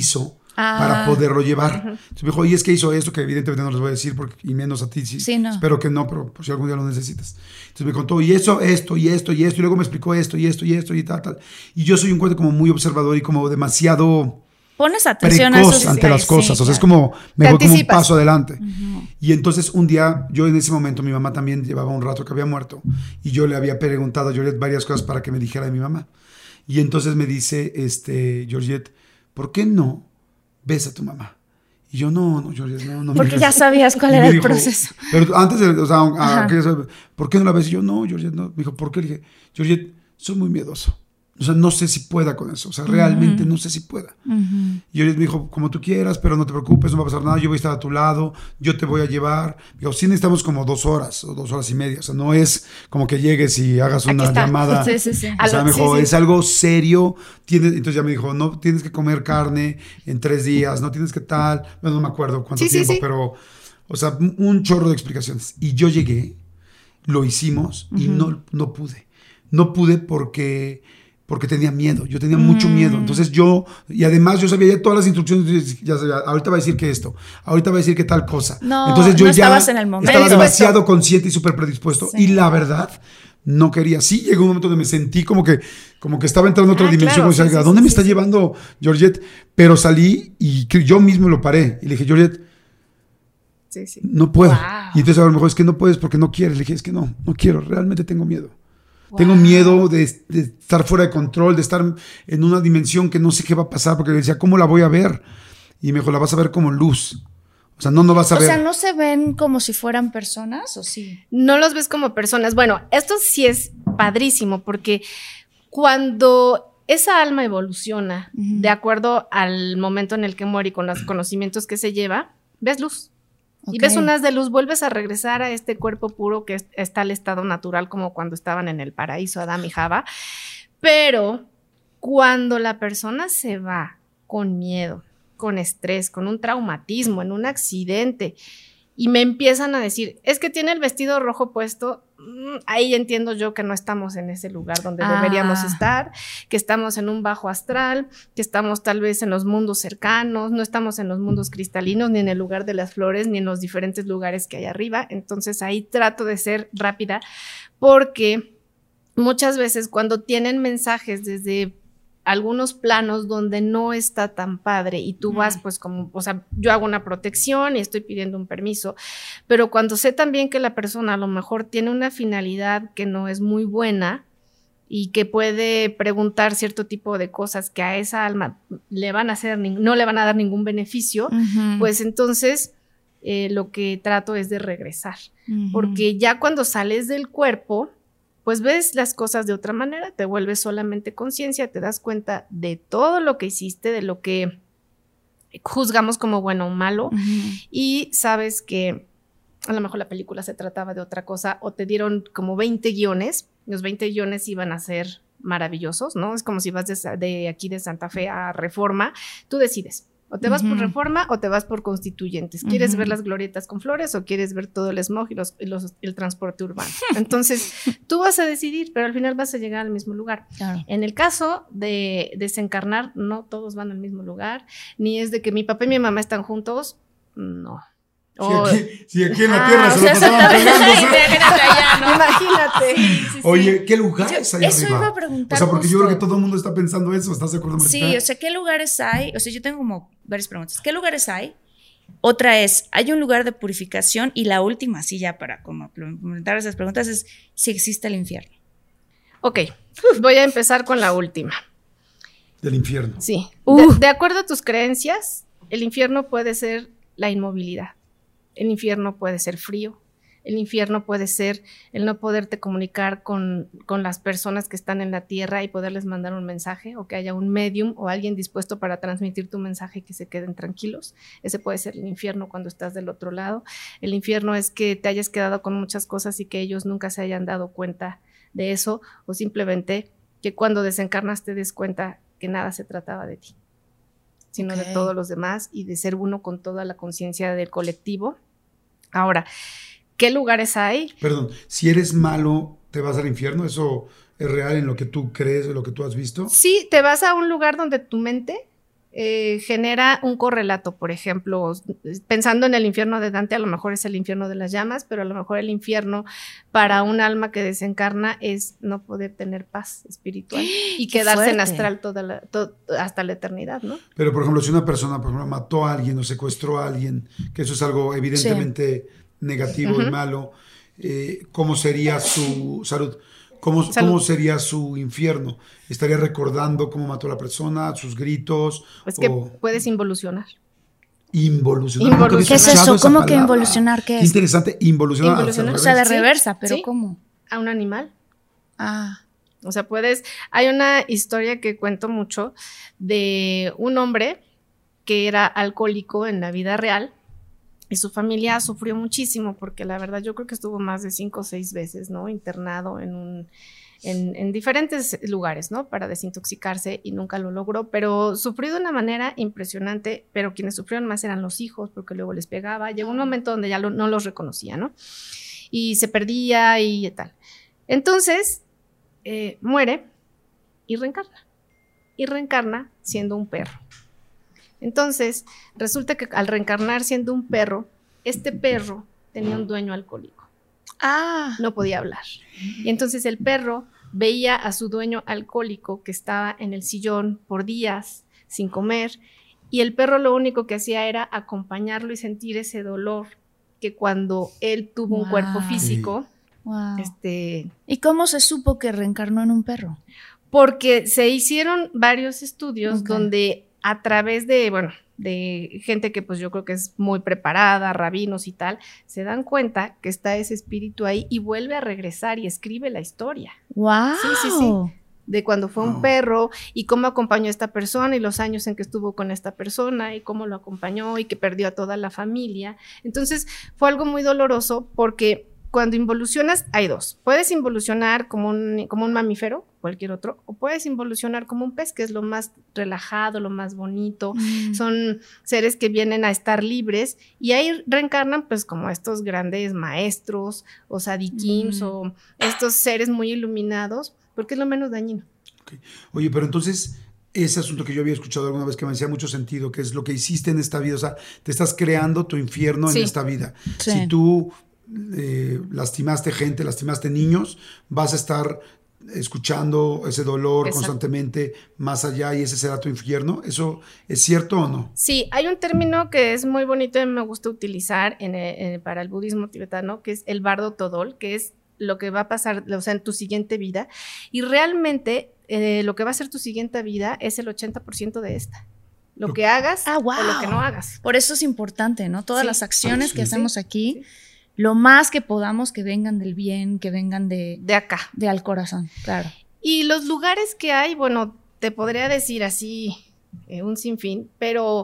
para poderlo llevar. Entonces me dijo, y es que hizo esto, que evidentemente no les voy a decir, y menos a ti, sí no. Espero que no, pero por si algún día lo necesitas. Entonces me contó, y eso, esto, y esto, y esto, y luego me explicó esto, y esto, y esto, y tal. Y yo soy un cuate como muy observador y como demasiado... Pones atención precoz a esos ante las cosas, sí, o sea, es como, me voy como un paso adelante. Uh-huh. Y entonces un día, yo en ese momento, mi mamá también llevaba un rato que había muerto, y yo le había preguntado a Georgette varias cosas para que me dijera de mi mamá. Y entonces me dice, Georgette, ¿por qué no ves a tu mamá? Y yo, no, Georgette, no. Porque ya sabías cuál era el proceso. Pero antes, o sea, ¿por qué no la ves? Y yo, no, Georgette, no. Me dijo, ¿por qué? Le dije, Georgette, soy muy miedoso. O sea, no sé si pueda con eso. O sea, realmente no sé si pueda. Y Georgette me dijo, como tú quieras, pero no te preocupes, no va a pasar nada. Yo voy a estar a tu lado, yo te voy a llevar. Digo, sí necesitamos como 2 horas o 2 horas y media. O sea, no es como que llegues y hagas una llamada. Sí. O sea, me dijo, es algo serio. Entonces ya me dijo, no tienes que comer carne en 3 días, no tienes que tal. Bueno, no me acuerdo cuánto tiempo, pero, o sea, un chorro de explicaciones. Y yo llegué, lo hicimos y no pude. No pude porque tenía miedo, yo tenía mucho miedo. Entonces y además yo sabía ya todas las instrucciones, ya sabía, ahorita va a decir que esto, ahorita va a decir que tal cosa. No, entonces yo no ya estabas en el momento. Estaba demasiado consciente y súper predispuesto. Sí. Y la verdad, no quería. Sí, llegó un momento donde me sentí como que estaba entrando en otra dimensión. Claro, ¿A dónde me está llevando Georgette? Pero salí y yo mismo lo paré. Y le dije, Georgette, no puedo. Wow. Y entonces a lo mejor es que no puedes porque no quieres. Le dije, es que no quiero, realmente tengo miedo. Wow. Tengo miedo de estar fuera de control, de estar en una dimensión que no sé qué va a pasar, porque le decía, ¿cómo la voy a ver? Y me dijo, la vas a ver como luz. O sea, no vas a ver. O sea, ¿no se ven como si fueran personas o sí? No los ves como personas. Bueno, esto sí es padrísimo, porque cuando esa alma evoluciona de acuerdo al momento en el que muere y con los conocimientos que se lleva, ves luz. Okay. Y ves un haz de luz, vuelves a regresar a este cuerpo puro que está al estado natural, como cuando estaban en el paraíso Adán y Java. Pero cuando la persona se va con miedo, con estrés, con un traumatismo, en un accidente, y me empiezan a decir, es que tiene el vestido rojo puesto, ahí entiendo yo que no estamos en ese lugar donde deberíamos estar, que estamos en un bajo astral, que estamos tal vez en los mundos cercanos, no estamos en los mundos cristalinos, ni en el lugar de las flores, ni en los diferentes lugares que hay arriba. Entonces ahí trato de ser rápida, porque muchas veces cuando tienen mensajes desde algunos planos donde no está tan padre y tú vas pues como, o sea, yo hago una protección y estoy pidiendo un permiso, pero cuando sé también que la persona a lo mejor tiene una finalidad que no es muy buena y que puede preguntar cierto tipo de cosas que a esa alma le van a hacer, no le van a dar ningún beneficio, pues entonces lo que trato es de regresar, porque ya cuando sales del cuerpo, pues ves las cosas de otra manera, te vuelves solamente conciencia, te das cuenta de todo lo que hiciste, de lo que juzgamos como bueno o malo, y sabes que a lo mejor la película se trataba de otra cosa, o te dieron como 20 guiones, los 20 guiones iban a ser maravillosos, ¿no? Es como si vas de aquí de Santa Fe a Reforma, tú decides. O te vas por Reforma o te vas por Constituyentes. ¿Quieres ver las glorietas con flores o quieres ver todo el smog y el transporte urbano? Entonces, tú vas a decidir, pero al final vas a llegar al mismo lugar. Claro. En el caso de desencarnar, no todos van al mismo lugar, ni es de que mi papá y mi mamá están juntos, no. Si aquí en la Tierra se lo pasaban peleándose. Imagínate. Sí. Oye, ¿qué lugares hay eso arriba? Iba a preguntar. O sea, porque justo. yo creo que todo el mundo está pensando eso. ¿Estás de acuerdo, Marita? Sí, o sea, ¿qué lugares hay? O sea, yo tengo como varias preguntas. ¿Qué lugares hay? Otra es, ¿hay un lugar de purificación? Y la última, sí, ya para complementar esas preguntas, es si existe el infierno. Ok, voy a empezar con la última. Del infierno. Sí. De acuerdo a tus creencias, el infierno puede ser la inmovilidad. El infierno puede ser frío, el infierno puede ser el no poderte comunicar con las personas que están en la tierra y poderles mandar un mensaje, o que haya un medium o alguien dispuesto para transmitir tu mensaje y que se queden tranquilos. Ese puede ser el infierno cuando estás del otro lado. El infierno es que te hayas quedado con muchas cosas y que ellos nunca se hayan dado cuenta de eso, o simplemente que cuando desencarnas te des cuenta que nada se trataba de ti, sino de todos los demás y de ser uno con toda la conciencia del colectivo. Ahora, ¿qué lugares hay? Perdón, si eres malo, ¿te vas al infierno? ¿Eso es real en lo que tú crees, en lo que tú has visto? Sí, te vas a un lugar donde tu mente genera un correlato. Por ejemplo, pensando en el infierno de Dante, a lo mejor es el infierno de las llamas, pero a lo mejor el infierno para un alma que desencarna es no poder tener paz espiritual y quedarse en astral hasta la eternidad, ¿no? Pero, por ejemplo, si una persona, por ejemplo, mató a alguien o secuestró a alguien, que eso es algo evidentemente negativo y malo, ¿cómo sería su salud? ¿Cómo sería su infierno? ¿Estaría recordando cómo mató a la persona, sus gritos? Pues que puedes involucionar. Involucionar. ¿Qué es eso? ¿Cómo que involucionar? ¿Qué es? Qué interesante, involucionar. O sea, de reversa, pero ¿sí? ¿cómo? A un animal. Ah. O sea, hay una historia que cuento mucho de un hombre que era alcohólico en la vida real. Y su familia sufrió muchísimo porque la verdad yo creo que estuvo más de 5 o 6 veces, ¿no? Internado en diferentes lugares, ¿no? Para desintoxicarse y nunca lo logró, pero sufrió de una manera impresionante, pero quienes sufrieron más eran los hijos porque luego les pegaba. Llegó un momento donde ya no los reconocía, ¿no? Y se perdía y tal. Entonces, muere y reencarna siendo un perro. Entonces, resulta que al reencarnar siendo un perro, este perro tenía un dueño alcohólico. No podía hablar. Y entonces el perro veía a su dueño alcohólico que estaba en el sillón por días sin comer, y el perro lo único que hacía era acompañarlo y sentir ese dolor que cuando él tuvo un cuerpo físico. Wow. ¿Y cómo se supo que reencarnó en un perro? Porque se hicieron varios estudios donde a través de gente que pues yo creo que es muy preparada, rabinos y tal, se dan cuenta que está ese espíritu ahí y vuelve a regresar y escribe la historia. ¡Wow! Sí. De cuando fue un perro y cómo acompañó a esta persona y los años en que estuvo con esta persona y cómo lo acompañó y que perdió a toda la familia. Entonces fue algo muy doloroso porque cuando involucionas, hay dos. Puedes involucionar como un mamífero, cualquier otro, o puedes involucionar como un pez, que es lo más relajado, lo más bonito. Son seres que vienen a estar libres y ahí reencarnan pues como estos grandes maestros o sadiquims o estos seres muy iluminados, porque es lo menos dañino. Okay. Oye, pero entonces ese asunto que yo había escuchado alguna vez que me hacía mucho sentido, que es lo que hiciste en esta vida, o sea, te estás creando tu infierno en esta vida. Sí. Si tú lastimaste gente, lastimaste niños, vas a estar escuchando ese dolor constantemente más allá y ese será tu infierno. ¿Eso es cierto o no? Sí, hay un término que es muy bonito y me gusta utilizar para el budismo tibetano, que es el bardo todol, que es lo que va a pasar, o sea, en tu siguiente vida, y realmente lo que va a ser tu siguiente vida es el 80% de esta. Lo que hagas o lo que no hagas. Por eso es importante, ¿no? Todas las acciones que hacemos aquí, lo más que podamos que vengan del bien, que vengan de acá. Al corazón, claro. Y los lugares que hay, bueno, te podría decir así un sinfín, pero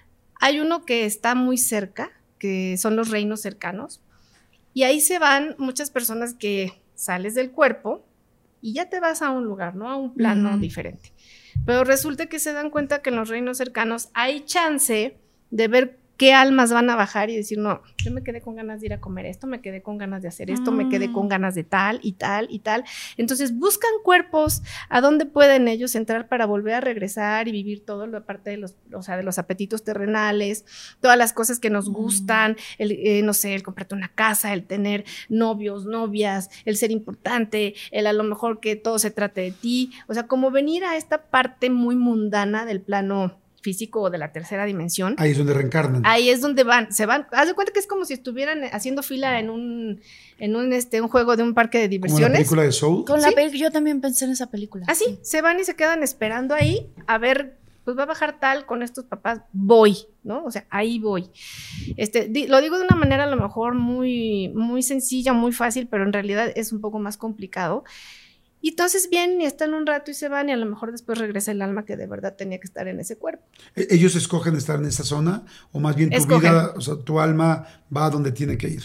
hay uno que está muy cerca, que son los reinos cercanos, y ahí se van muchas personas que sales del cuerpo y ya te vas a un lugar, ¿no? A un plano diferente. Pero resulta que se dan cuenta que en los reinos cercanos hay chance de ver qué almas van a bajar y decir, no, yo me quedé con ganas de ir a comer esto, me quedé con ganas de hacer esto, me quedé con ganas de tal y tal y tal. Entonces buscan cuerpos a donde pueden ellos entrar para volver a regresar y vivir todo lo aparte de los apetitos terrenales, todas las cosas que nos gustan, no sé, el comprarte una casa, el tener novios, novias, el ser importante, el a lo mejor que todo se trate de ti, o sea, como venir a esta parte muy mundana del plano físico o de la tercera dimensión. Ahí es donde reencarnan. Ahí es donde se van. Haz de cuenta que es como si estuvieran haciendo fila en un juego de un parque de diversiones. ¿Como la película de Soul? Yo también pensé en esa película. Así, se van y se quedan esperando ahí a ver, pues va a bajar tal con estos papás, voy, ¿no? O sea, ahí voy. Lo digo de una manera a lo mejor muy, muy sencilla, muy fácil, pero en realidad es un poco más complicado. Y entonces vienen y están un rato y se van y a lo mejor después regresa el alma que de verdad tenía que estar en ese cuerpo. ¿Ellos escogen estar en esa zona o más bien tu vida, o sea, tu alma va a donde tiene que ir?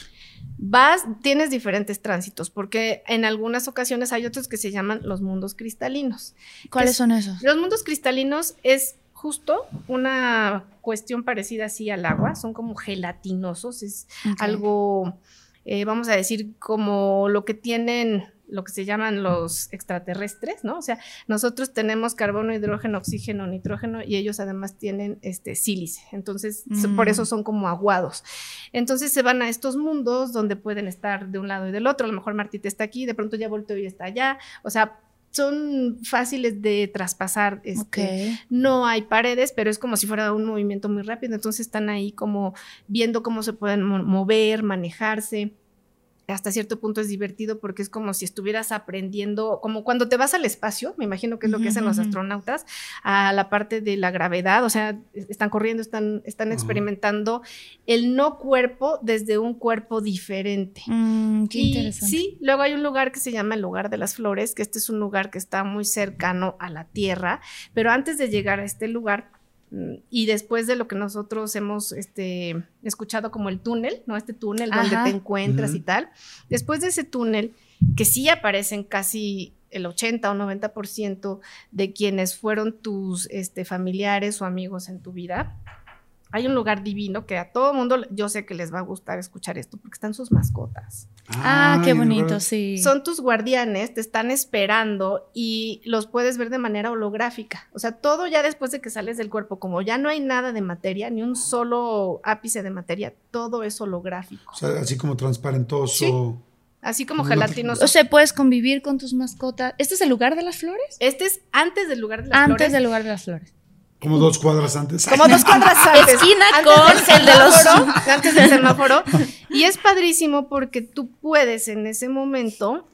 Tienes diferentes tránsitos porque en algunas ocasiones hay otros que se llaman los mundos cristalinos. ¿Cuáles son esos? Los mundos cristalinos es justo una cuestión parecida así al agua, son como gelatinosos, es algo, vamos a decir, como lo que tienen lo que se llaman los extraterrestres, ¿no? O sea, nosotros tenemos carbono, hidrógeno, oxígeno, nitrógeno y ellos además tienen sílice. Entonces, por eso son como aguados. Entonces se van a estos mundos donde pueden estar de un lado y del otro. A lo mejor Martita está aquí, de pronto ya volteó y está allá. O sea, son fáciles de traspasar. No hay paredes, pero es como si fuera un movimiento muy rápido. Entonces están ahí como viendo cómo se pueden mover, manejarse. Hasta cierto punto es divertido porque es como si estuvieras aprendiendo, como cuando te vas al espacio, me imagino que es lo que hacen los astronautas, a la parte de la gravedad, o sea, están corriendo, están experimentando el no cuerpo desde un cuerpo diferente. Qué interesante. Sí, luego hay un lugar que se llama el lugar de las flores, que este es un lugar que está muy cercano a la Tierra, pero antes de llegar a este lugar, y después de lo que nosotros hemos escuchado como el túnel, ¿no? Este túnel donde te encuentras y tal. Después de ese túnel, que sí aparecen casi el 80 o 90% de quienes fueron tus familiares o amigos en tu vida, hay un lugar divino que a todo mundo, yo sé que les va a gustar escuchar esto, porque están sus mascotas. Qué bonito, sí. Son tus guardianes, te están esperando y los puedes ver de manera holográfica. O sea, todo ya después de que sales del cuerpo, como ya no hay nada de materia, ni un solo ápice de materia, todo es holográfico. O sea, así como transparentoso. Sí. Así como gelatinoso. O sea, puedes convivir con tus mascotas. ¿Este es el lugar de las flores? Este es antes del lugar de las flores. Antes del lugar de las flores. Como 2 cuadras antes. Como 2 cuadras antes. Esquina antes con el de los... Antes del semáforo. Y es padrísimo porque tú puedes en ese momento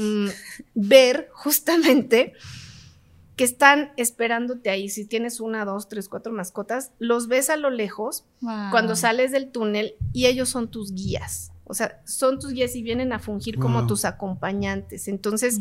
ver justamente que están esperándote ahí. Si tienes 1, 2, 3, 4 mascotas, los ves a lo lejos cuando sales del túnel y ellos son tus guías. O sea, son tus guías y vienen a fungir como tus acompañantes. Entonces,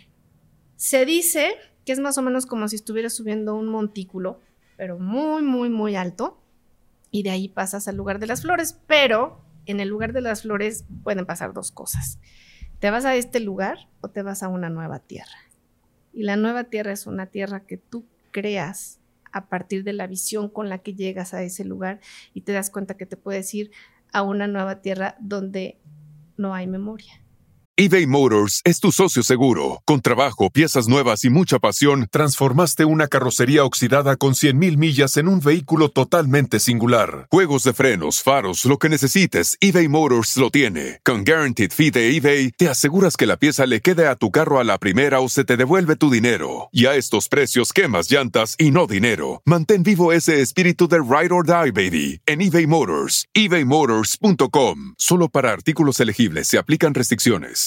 se dice que es más o menos como si estuvieras subiendo un montículo, pero muy, muy, muy alto, y de ahí pasas al lugar de las flores, pero en el lugar de las flores pueden pasar 2 cosas. Te vas a este lugar o te vas a una nueva tierra. Y la nueva tierra es una tierra que tú creas a partir de la visión con la que llegas a ese lugar y te das cuenta que te puedes ir a una nueva tierra donde no hay memoria. eBay Motors es tu socio seguro. Con trabajo, piezas nuevas y mucha pasión, transformaste una carrocería oxidada con 100,000 millas en un vehículo totalmente singular. Juegos de frenos, faros, lo que necesites, eBay Motors lo tiene. Con Guaranteed Fee de eBay, te aseguras que la pieza le quede a tu carro a la primera o se te devuelve tu dinero. Y a estos precios, quemas llantas y no dinero. Mantén vivo ese espíritu de Ride or Die, baby, en eBay Motors. ebaymotors.com. Solo para artículos elegibles se aplican restricciones.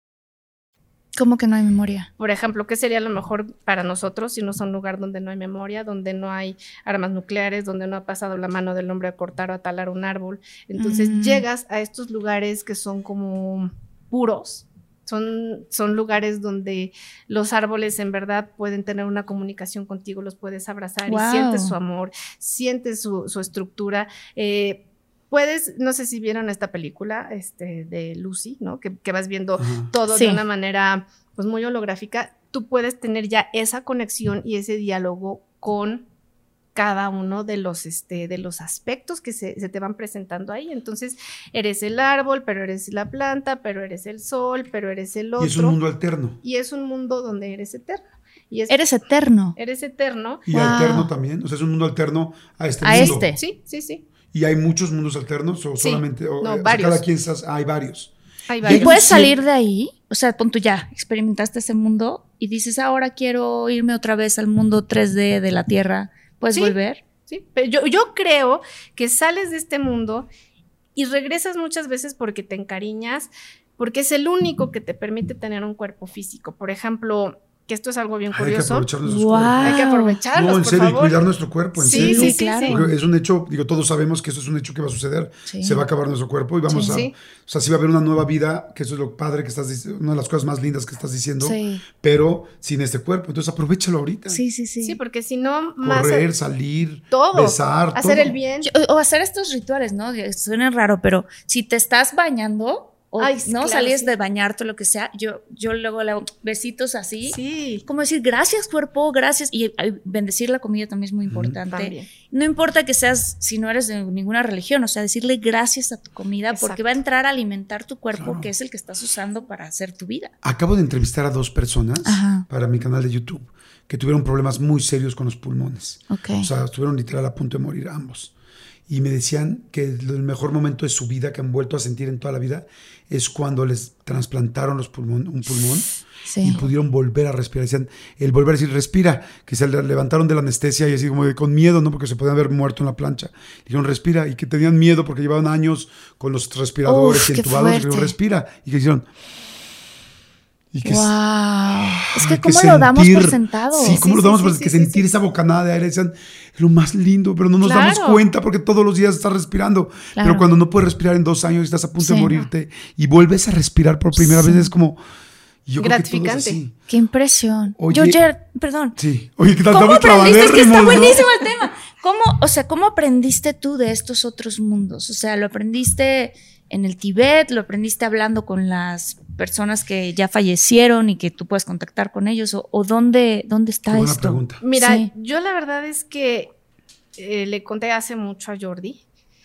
¿Cómo que no hay memoria? Por ejemplo, ¿qué sería lo mejor para nosotros si no es un lugar donde no hay memoria, donde no hay armas nucleares, donde no ha pasado la mano del hombre a cortar o a talar un árbol? Entonces llegas a estos lugares que son como puros, son lugares donde los árboles en verdad pueden tener una comunicación contigo, los puedes abrazar y sientes su amor, sientes su estructura. Puedes, no sé si vieron esta película de Lucy, ¿no? Que vas viendo todo de una manera pues muy holográfica. Tú puedes tener ya esa conexión y ese diálogo con cada uno de los aspectos que se te van presentando ahí. Entonces, eres el árbol, pero eres la planta, pero eres el sol, pero eres el otro. Y es un mundo alterno. Y es un mundo donde eres eterno. Eres eterno. Eres eterno. Y alterno también. O sea, es un mundo alterno a este mundo. Sí, sí, sí. ¿Y hay muchos mundos alternos o solamente? No, O varios. sea, cada quien hay varios. Hay varios. ¿Y puedes salir de ahí? O sea, pon tú ya, experimentaste ese mundo y dices, ahora quiero irme otra vez al mundo 3D de la Tierra. ¿Puedes volver? Sí, pero yo creo que sales de este mundo y regresas muchas veces porque te encariñas, porque es el único que te permite tener un cuerpo físico. Por ejemplo, que esto es algo bien curioso. Hay que aprovechar nuestros cuerpos. Hay que aprovecharlos, no, en serio, por favor. Y cuidar nuestro cuerpo, en serio. Sí, claro. Porque es un hecho, todos sabemos que eso es un hecho que va a suceder. Sí. Se va a acabar nuestro cuerpo y vamos a... Sí. O sea, sí va a haber una nueva vida, que eso es lo padre que estás diciendo, una de las cosas más lindas que estás diciendo, sí. Pero sin este cuerpo. Entonces, aprovechalo ahorita. Sí. Sí, porque si no... Correr, salir, todo, besar, hacer todo. el bien. O hacer estos rituales, ¿no? Suena raro, pero si te estás bañando, o Ay, no claro, salías sí. de bañarte o lo que sea, yo luego le hago besitos así. Sí. Como decir, gracias cuerpo, gracias. Y bendecir la comida también es muy importante. También. No importa que seas, si no eres de ninguna religión, o sea, decirle gracias a tu comida porque Exacto. va a entrar a alimentar tu cuerpo, Claro. que es el que estás usando para hacer tu vida. Acabo de entrevistar a 2 personas Ajá. para mi canal de YouTube que tuvieron problemas muy serios con los pulmones. Ok. O sea, estuvieron literal a punto de morir ambos. Y me decían que el mejor momento de su vida que han vuelto a sentir en toda la vida es cuando les trasplantaron un pulmón Sí. y pudieron volver a respirar. Decían, el volver a decir, respira, que se levantaron de la anestesia y así como con miedo, ¿no? Porque se podían haber muerto en la plancha. Dijeron, respira, y que tenían miedo porque llevaban años con los respiradores Uf, y qué entubados. fuerte. Dijeron, respira. Y que hicieron... Y que Wow. Es que Ay, cómo lo damos por sentir- sentado. Sí, cómo lo damos por sí, que sí, sentir sí. esa bocanada de aire, decían, es lo más lindo, pero no nos damos Claro. cuenta porque todos los días estás respirando. Claro. Pero cuando no puedes respirar en 2 años y estás a punto Sí. de morirte y vuelves a respirar por primera vez, es como... y yo creo que todo es Gratificante. así. Qué impresión. Oye- Georgette, perdón. Sí. Oye, ¿qué tal? ¿Cómo Estamos aprendiste? Es que está clavadérrimos, ¿no? buenísimo el tema. ¿Cómo aprendiste tú de estos otros mundos? O sea, ¿lo aprendiste en el Tíbet? ¿Lo aprendiste hablando con las personas que ya fallecieron y que tú puedes contactar con ellos? ¿O dónde está Qué buena esto? pregunta. Mira, Sí. yo la verdad es que le conté hace mucho a Jordi.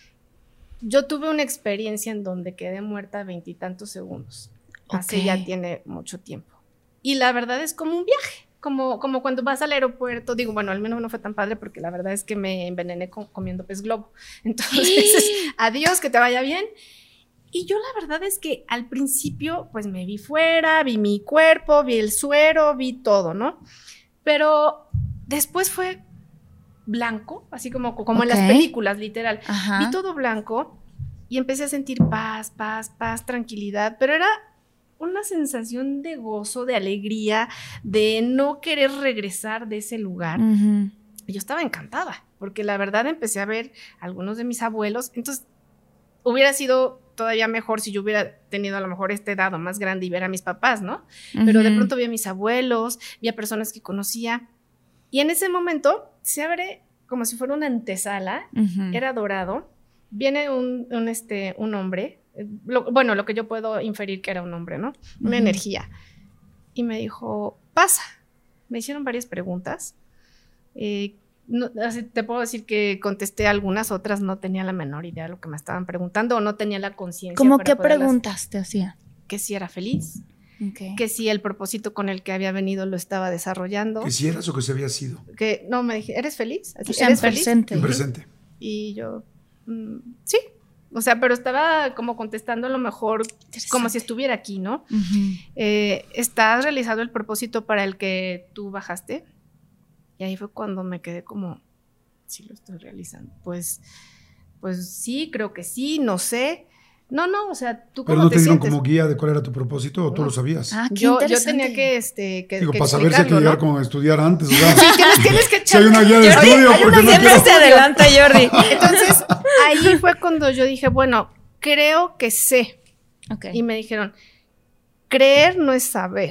Yo tuve una experiencia en donde quedé muerta 20 y tantos segundos. Hace Ok. ya tiene mucho tiempo. Y la verdad es como un viaje, como cuando vas al aeropuerto. Digo, bueno, al menos no fue tan padre porque la verdad es que me envenené comiendo pez globo. Entonces, adiós, que te vaya bien. Y yo la verdad es que al principio, pues me vi fuera, vi mi cuerpo, vi el suero, vi todo, ¿no? Pero después fue blanco, así como en las Ok. películas, literal. Ajá. Vi todo blanco y empecé a sentir paz, tranquilidad, pero era una sensación de gozo, de alegría, de no querer regresar de ese lugar. Ujú. Y yo estaba encantada, porque la verdad empecé a ver a algunos de mis abuelos, entonces hubiera sido todavía mejor si yo hubiera tenido a lo mejor esta edad o más grande y ver a mis papás, ¿no? Pero de Ujú. pronto vi a mis abuelos, vi a personas que conocía, y en ese momento se abre como si fuera una antesala, Ujú. era dorado, viene un hombre, lo que yo puedo inferir que era un hombre, ¿no? Una Ujú. energía. Y me dijo, pasa. Me hicieron varias preguntas. No, así te puedo decir que contesté algunas, otras no tenía la menor idea de lo que me estaban preguntando o no tenía la conciencia. ¿Cómo para qué poderlas- preguntas te hacía? Que si era feliz, Ok. que si el propósito con el que había venido lo estaba desarrollando. Que si eras o que se había sido. Que no, me dije, ¿eres feliz? Así, O sea, ¿eres en feliz? presente. En Ujú. presente. Y yo, sí. O sea, pero estaba como contestando a lo mejor como si estuviera aquí, ¿no? Ujú. ¿Estás realizando el propósito para el que tú bajaste? Y ahí fue cuando me quedé como, sí lo estoy realizando. Pues sí, creo que sí, no sé. No, o sea, ¿tú Pero cómo no te te dieron sientes? como guía de cuál era tu propósito o tú No. lo sabías. Ah, qué Yo interesante. tenía que Digo, que para saber si hay que explicarlo, llegar ¿no? como a estudiar antes. O sea, Tienes que si hay una guía de echarle- estudio, Hay porque una no siempre quiero- se adelanta, Jordi. Entonces, ahí fue cuando yo dije, bueno, creo que sé. Ok. Y me dijeron, creer no es saber.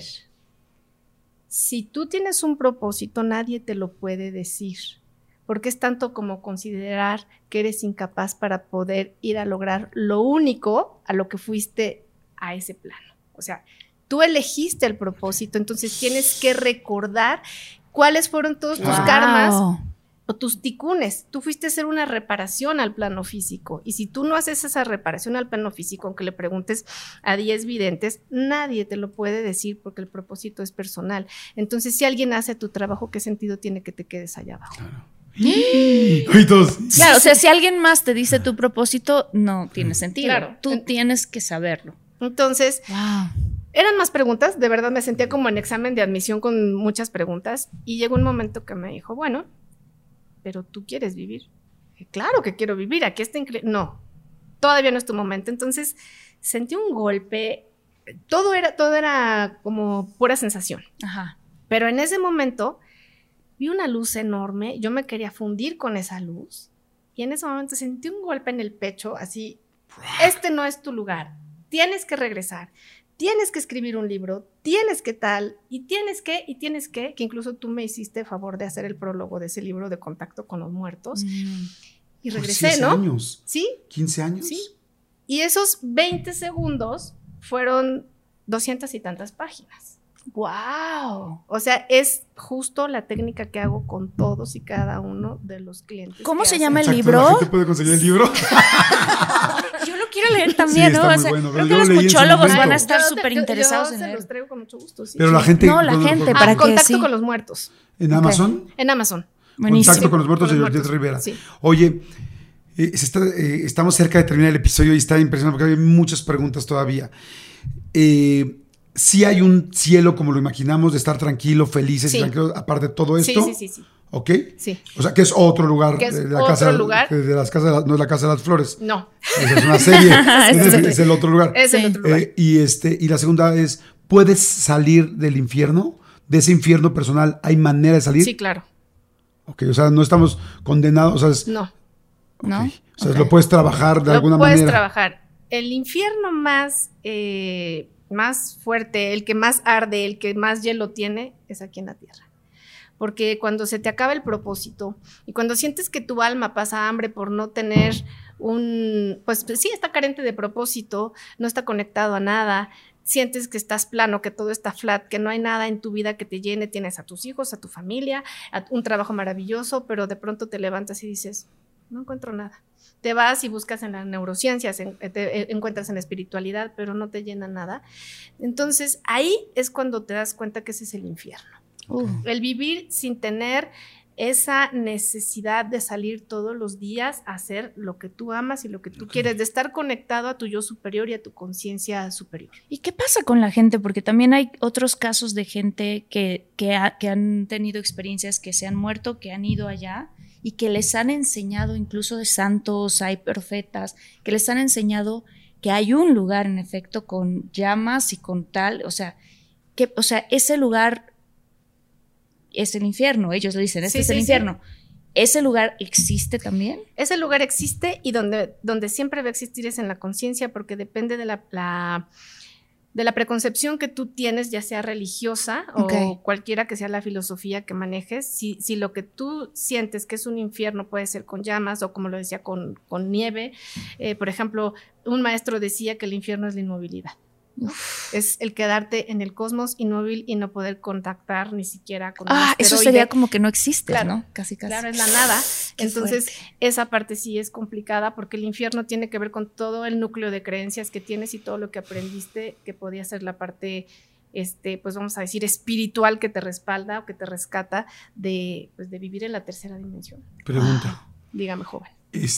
Si tú tienes un propósito, nadie te lo puede decir, porque es tanto como considerar que eres incapaz para poder ir a lograr lo único a lo que fuiste a ese plano. O sea, tú elegiste el propósito, entonces tienes que recordar cuáles fueron todos tus Wow. karmas o tus ticunes. Tú fuiste a hacer una reparación al plano físico. Y si tú no haces esa reparación al plano físico, aunque le preguntes a 10 videntes, nadie te lo puede decir porque el propósito es personal. Entonces, si alguien hace tu trabajo, ¿qué sentido tiene que te quedes allá abajo? Y todos, Claro, o sea, si alguien más te dice tu propósito, no tiene sentido. Claro. Tú tienes que saberlo. Entonces, Wow. eran más preguntas. De verdad me sentía como en examen de admisión con muchas preguntas. Y llegó un momento que me dijo, bueno, pero tú quieres vivir. Dije, claro que quiero vivir, aquí está increíble. No, todavía no es tu momento. Entonces sentí un golpe, todo era como pura sensación. Ajá. Pero en ese momento vi una luz enorme, yo me quería fundir con esa luz y en ese momento sentí un golpe en el pecho, así, este no es tu lugar, tienes que regresar. Tienes que escribir un libro, tienes que tal, y tienes que, que incluso tú me hiciste favor de hacer el prólogo de ese libro de Contacto con los Muertos, y por regresé, 10 ¿no? años, Sí, 15 años. sí. Y esos 20 segundos fueron 200 y tantas páginas. ¡Wow! O sea, es justo la técnica que hago con todos y cada uno de los clientes. ¿Cómo se hacen. llama el Exacto, libro? ¿la gente puede conseguir el libro? Yo lo quiero leer también, Sí, ¿no? está O muy sea, bueno, pero creo que yo lo los leí en su muchólogos momento. van a estar Yo súper interesados en se leer. los traigo con mucho gusto, sí. Pero la Sí. gente... No, la gente, Ah, para que Contacto sí. con los muertos. ¿En Amazon? En Amazon. Buenísimo. Contacto con los muertos Con de los Georgette muertos, Rivera. sí. Oye, estamos cerca de terminar el episodio y está impresionante porque hay muchas preguntas todavía. ¿Sí hay un cielo como lo imaginamos, de estar tranquilo, felices y Sí. tranquilos, aparte de todo esto? Sí. ¿Ok? Sí. O sea, que es otro lugar. Que es de la otro casa, lugar. que de las casas, no es la Casa de las Flores. No, Esa es una serie. Sí. Es el otro lugar. es el Sí. otro lugar. Y la segunda es, ¿puedes salir del infierno? De ese infierno personal, ¿hay manera de salir? Sí, claro. Ok, o sea, no estamos condenados, o sea, No. ¿No? ok. O sea, Ok. lo puedes trabajar de alguna Lo puedes manera. trabajar. El infierno más fuerte, el que más arde, el que más hielo tiene, es aquí en la tierra. Porque cuando se te acaba el propósito y cuando sientes que tu alma pasa hambre por no tener pues sí, está carente de propósito, no está conectado a nada, sientes que estás plano, que todo está flat, que no hay nada en tu vida que te llene, tienes a tus hijos, a tu familia, un trabajo maravilloso, pero de pronto te levantas y dices, no encuentro nada. Te vas y buscas en las neurociencias, te encuentras en la espiritualidad, pero no te llena nada. Entonces ahí es cuando te das cuenta que ese es el infierno. El vivir sin tener esa necesidad de salir todos los días a hacer lo que tú amas y lo que tú quieres, de estar conectado a tu yo superior y a tu conciencia superior. ¿Y qué pasa con la gente? Porque también hay otros casos de gente que han tenido experiencias, que se han muerto, que han ido allá y que les han enseñado, incluso de santos, hay profetas, que les han enseñado que hay un lugar en efecto con llamas y con tal, o sea, ese lugar es el infierno, ellos le dicen, este es el infierno. ¿Ese lugar existe también? Ese lugar existe y donde siempre va a existir es en la conciencia, porque depende de la preconcepción que tú tienes, ya sea religiosa o cualquiera que sea la filosofía que manejes. Si lo que tú sientes que es un infierno puede ser con llamas o, como lo decía, con nieve. Por ejemplo, un maestro decía que el infierno es la inmovilidad. Es el quedarte en el cosmos inmóvil y no poder contactar ni siquiera con un asteroide. Eso sería como que no existe, claro, ¿no? Casi. Claro, es la nada. Qué Entonces, fuerte. esa parte sí es complicada porque el infierno tiene que ver con todo el núcleo de creencias que tienes y todo lo que aprendiste, que podía ser la parte, pues vamos a decir, espiritual, que te respalda o que te rescata de vivir en la tercera dimensión. Pregunta. Dígame, joven.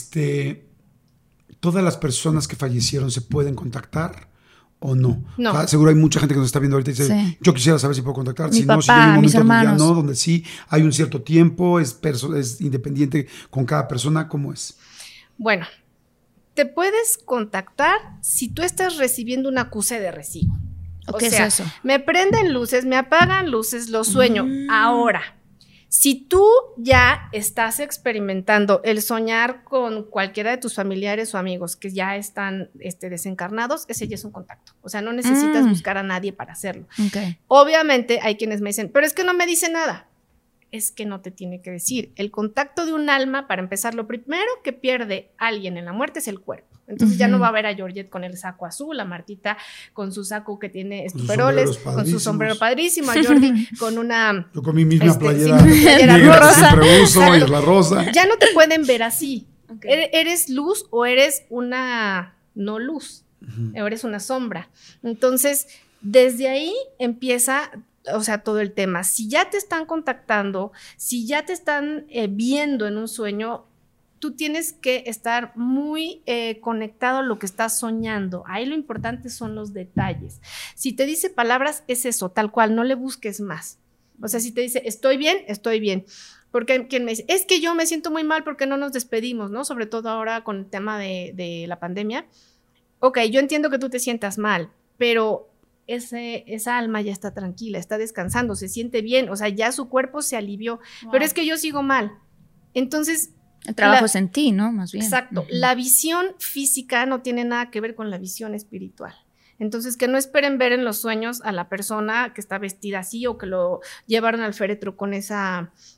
¿Todas las personas que fallecieron se pueden contactar o no? No. O sea, seguro hay mucha gente que nos está viendo ahorita y dice, Sí. yo quisiera saber si puedo contactar. Mi Si no, si papá, llega un mis momento donde ya hermanos. no, donde sí hay un cierto tiempo, es independiente con cada persona, ¿cómo es? Bueno, te puedes contactar si tú estás recibiendo un acuse de recibo. ¿Qué es eso? Me prenden luces, me apagan luces, lo sueño. Ahora, si tú ya estás experimentando el soñar con cualquiera de tus familiares o amigos que ya están desencarnados, ese ya es un contacto. O sea, no necesitas buscar a nadie para hacerlo. Okay. Obviamente hay quienes me dicen, pero es que no me dice nada. Es que no te tiene que decir. El contacto de un alma, para empezar, lo primero que pierde alguien en la muerte es el cuerpo. Entonces ya no va a ver a Georgette con el saco azul, a Martita con su saco que tiene estuperoles, con su sombrero padrísimo, a Jordi con una... Yo con mi misma playera, playera negra que rosa. siempre uso, y Exacto. es la rosa. Ya no te pueden ver así. Okay. ¿Eres luz o eres una no luz? O eres una sombra. Entonces, desde ahí empieza... O sea, todo el tema. Si ya te están contactando, si ya te están viendo en un sueño, tú tienes que estar muy conectado a lo que estás soñando. Ahí lo importante son los detalles. Si te dice palabras, es eso, tal cual, no le busques más. O sea, si te dice, estoy bien, estoy bien. Porque quien me dice, es que yo me siento muy mal porque no nos despedimos, ¿no? Sobre todo ahora con el tema de la pandemia. Ok, yo entiendo que tú te sientas mal, pero... esa alma ya está tranquila, está descansando, se siente bien, o sea, ya su cuerpo se alivió, pero es que yo sigo mal. Entonces... El trabajo es en ti, ¿no? Más bien. Exacto. La visión física no tiene nada que ver con la visión espiritual. Entonces, que no esperen ver en los sueños a la persona que está vestida así o que lo llevaron al féretro con esa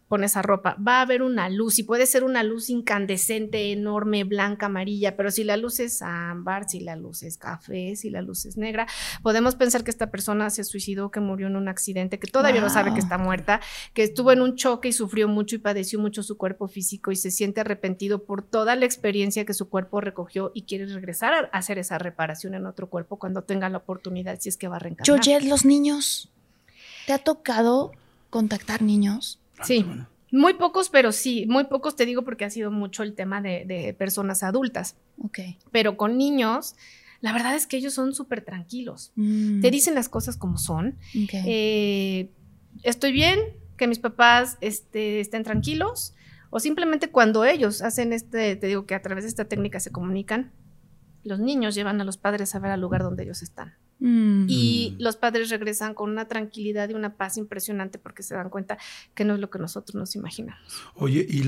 con esa ropa, va a haber una luz y puede ser una luz incandescente, enorme, blanca, amarilla, pero si la luz es ámbar, si la luz es café, si la luz es negra, podemos pensar que esta persona se suicidó, que murió en un accidente, que todavía no sabe que está muerta, que estuvo en un choque y sufrió mucho y padeció mucho su cuerpo físico y se siente arrepentido por toda la experiencia que su cuerpo recogió y quiere regresar a hacer esa reparación en otro cuerpo cuando tenga la oportunidad, si es que va a reencarnar. Georgette, los niños, ¿te ha tocado contactar niños? Sí, muy pocos, pero sí, muy pocos te digo porque ha sido mucho el tema de personas adultas. Okay. Pero con niños, la verdad es que ellos son súper tranquilos. Te dicen las cosas como son. Okay. Estoy bien, que mis papás estén tranquilos, o simplemente cuando ellos hacen te digo que a través de esta técnica se comunican, los niños llevan a los padres a ver al lugar donde ellos están. Y los padres regresan con una tranquilidad y una paz impresionante porque se dan cuenta que no es lo que nosotros nos imaginamos. Oye, y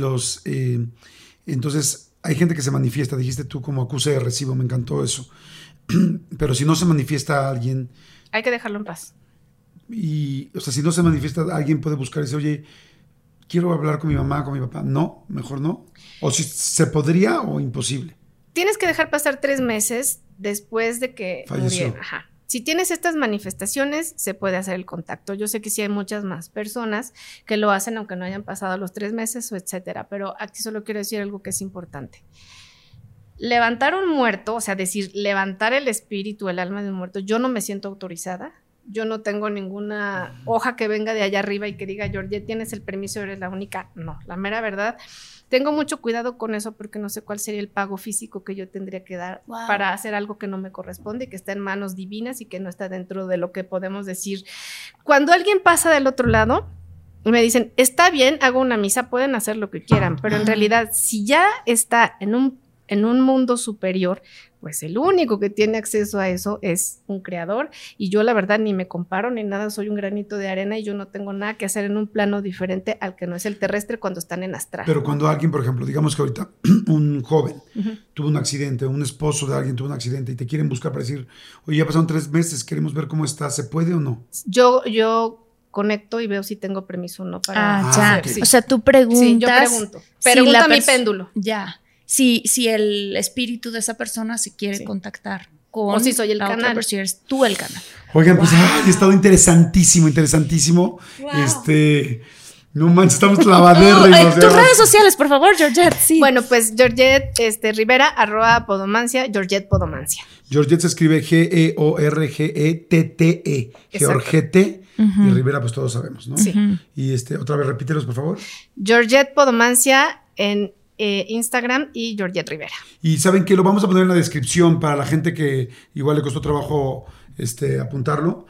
entonces hay gente que se manifiesta, dijiste tú como acuse de recibo, me encantó eso. Pero si no se manifiesta alguien... Hay que dejarlo en paz. Y, o sea, si no se manifiesta alguien puede buscar y decir, oye, quiero hablar con mi mamá, con mi papá. No, mejor no. O si se podría o imposible. Tienes que dejar pasar 3 meses después de que murieron. Ajá. Si tienes estas manifestaciones, se puede hacer el contacto. Yo sé que sí hay muchas más personas que lo hacen aunque no hayan pasado los 3 meses o etcétera, pero aquí solo quiero decir algo que es importante. Levantar un muerto, o sea, levantar el espíritu, el alma de un muerto, yo no me siento autorizada. Yo no tengo ninguna hoja que venga de allá arriba y que diga, Georgette, tienes el permiso, eres la única. No, la mera verdad. Tengo mucho cuidado con eso porque no sé cuál sería el pago físico que yo tendría que dar para hacer algo que no me corresponde, que está en manos divinas y que no está dentro de lo que podemos decir. Cuando alguien pasa del otro lado y me dicen, está bien, hago una misa, pueden hacer lo que quieran, pero en realidad, si ya está en un mundo superior, pues el único que tiene acceso a eso es un creador, y yo la verdad ni me comparo ni nada, soy un granito de arena y yo no tengo nada que hacer en un plano diferente al que no es el terrestre cuando están en astral. Pero cuando alguien, por ejemplo, digamos que ahorita un joven tuvo un accidente, un esposo de alguien tuvo un accidente y te quieren buscar para decir, oye, ya pasaron 3 meses, queremos ver cómo está, ¿se puede o no? Yo conecto y veo si tengo permiso o no para ya. Okay. O sea, tú preguntas. Sí, yo pregunto. Pregunta mi péndulo. Ya. Si el espíritu de esa persona se quiere contactar con o si soy el la canal. otra persona, si eres tú el canal. Oigan, pues ha estado interesantísimo. Wow. No manches, estamos clavadérrimos. Tus redes sociales, por favor, Georgette. Sí. Bueno, pues Georgette Rivera, @Podomancia, Georgette Podomancia. Georgette se escribe Georgette, Georgette, y Rivera, pues todos sabemos, ¿no? Sí. Y otra vez repítelos, por favor. Georgette Podomancia en Instagram y Georgette Rivera. Y saben que lo vamos a poner en la descripción para la gente que igual le costó trabajo apuntarlo.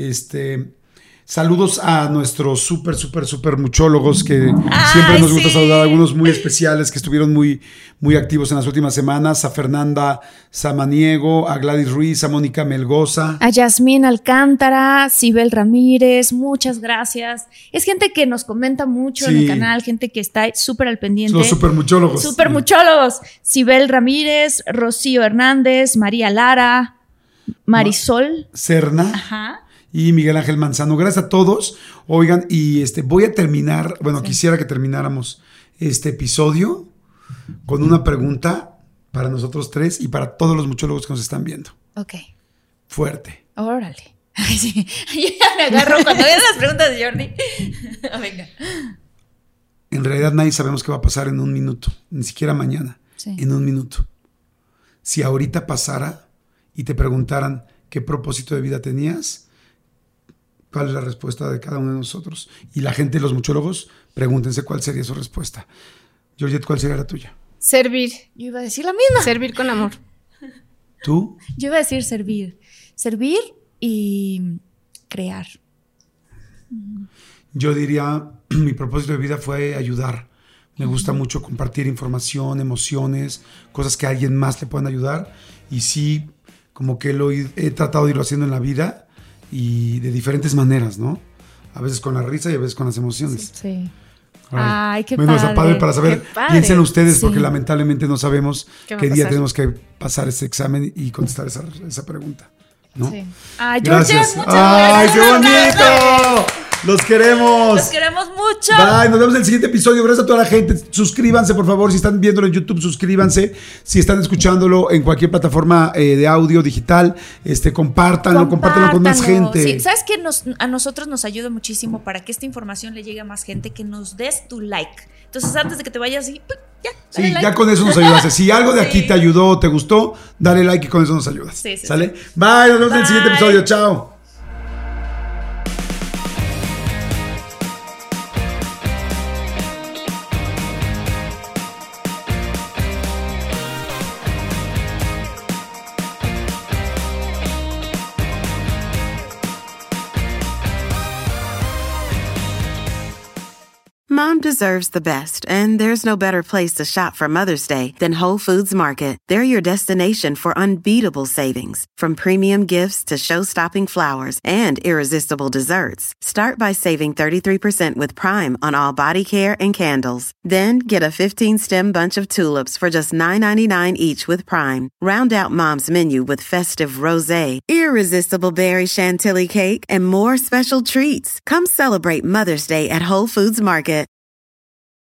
Saludos a nuestros súper muchólogos que siempre nos gusta saludar, algunos muy especiales que estuvieron muy activos en las últimas semanas, a Fernanda Samaniego, a Gladys Ruiz, a Mónica Melgoza, a Yasmín Alcántara, Sibel Ramírez, muchas gracias. Es gente que nos comenta mucho en el canal, gente que está súper al pendiente. Los supermuchólogos. Supermuchólogos. Sibel Ramírez, Rocío Hernández, María Lara, Marisol Serna. Ajá. Y Miguel Ángel Manzano. Gracias a todos. Oigan, y voy a terminar, quisiera que termináramos este episodio con una pregunta para nosotros 3 y para todos los muchólogos que nos están viendo. Ok. Fuerte. Órale. Ay, sí. Yo ya me agarro cuando ven las preguntas de Jordi. Venga. En realidad nadie sabemos qué va a pasar en un minuto, ni siquiera mañana, en un minuto. Si ahorita pasara y te preguntaran qué propósito de vida tenías, ¿cuál es la respuesta de cada uno de nosotros? Y la gente, los muchólogos, pregúntense cuál sería su respuesta. Georgette, ¿cuál sería la tuya? Servir. Yo iba a decir la misma. Servir con amor. ¿Tú? Yo iba a decir servir. Servir y crear. Yo diría, mi propósito de vida fue ayudar. Me gusta mucho compartir información, emociones, cosas que a alguien más le puedan ayudar. Y sí, como que he tratado de irlo haciendo en la vida y de diferentes maneras, ¿no? A veces con la risa y a veces con las emociones. Sí. Ay, qué bueno, padre. Está padre para saber. Piensen ustedes, porque lamentablemente no sabemos qué día tenemos que pasar ese examen y contestar esa pregunta, ¿no? Sí. Ay, gracias. Georgette, muchas gracias. ¡Ay, qué bonito! Los queremos. Los queremos mucho. Bye, nos vemos en el siguiente episodio. Gracias a toda la gente. Suscríbanse, por favor. Si están viéndolo en YouTube, suscríbanse. Si están escuchándolo en cualquier plataforma de audio digital, compártanlo con más gente. Sí. ¿Sabes qué? A nosotros nos ayuda muchísimo para que esta información le llegue a más gente, que nos des tu like. Entonces, antes de que te vayas, ya. Sí, like. ya con eso nos ayudas. Si algo de aquí te ayudó o te gustó, dale like y con eso nos ayudas. Sí, ¿Sale? Sí. Bye, nos vemos en el siguiente episodio. Chao. Mom deserves the best, and there's no better place to shop for Mother's Day than Whole Foods Market. They're your destination for unbeatable savings, from premium gifts to show-stopping flowers and irresistible desserts. Start by saving 33% with Prime on all body care and candles. Then get a 15-stem bunch of tulips for just $9.99 each with Prime. Round out Mom's menu with festive rosé, irresistible berry chantilly cake, and more special treats. Come celebrate Mother's Day at Whole Foods Market.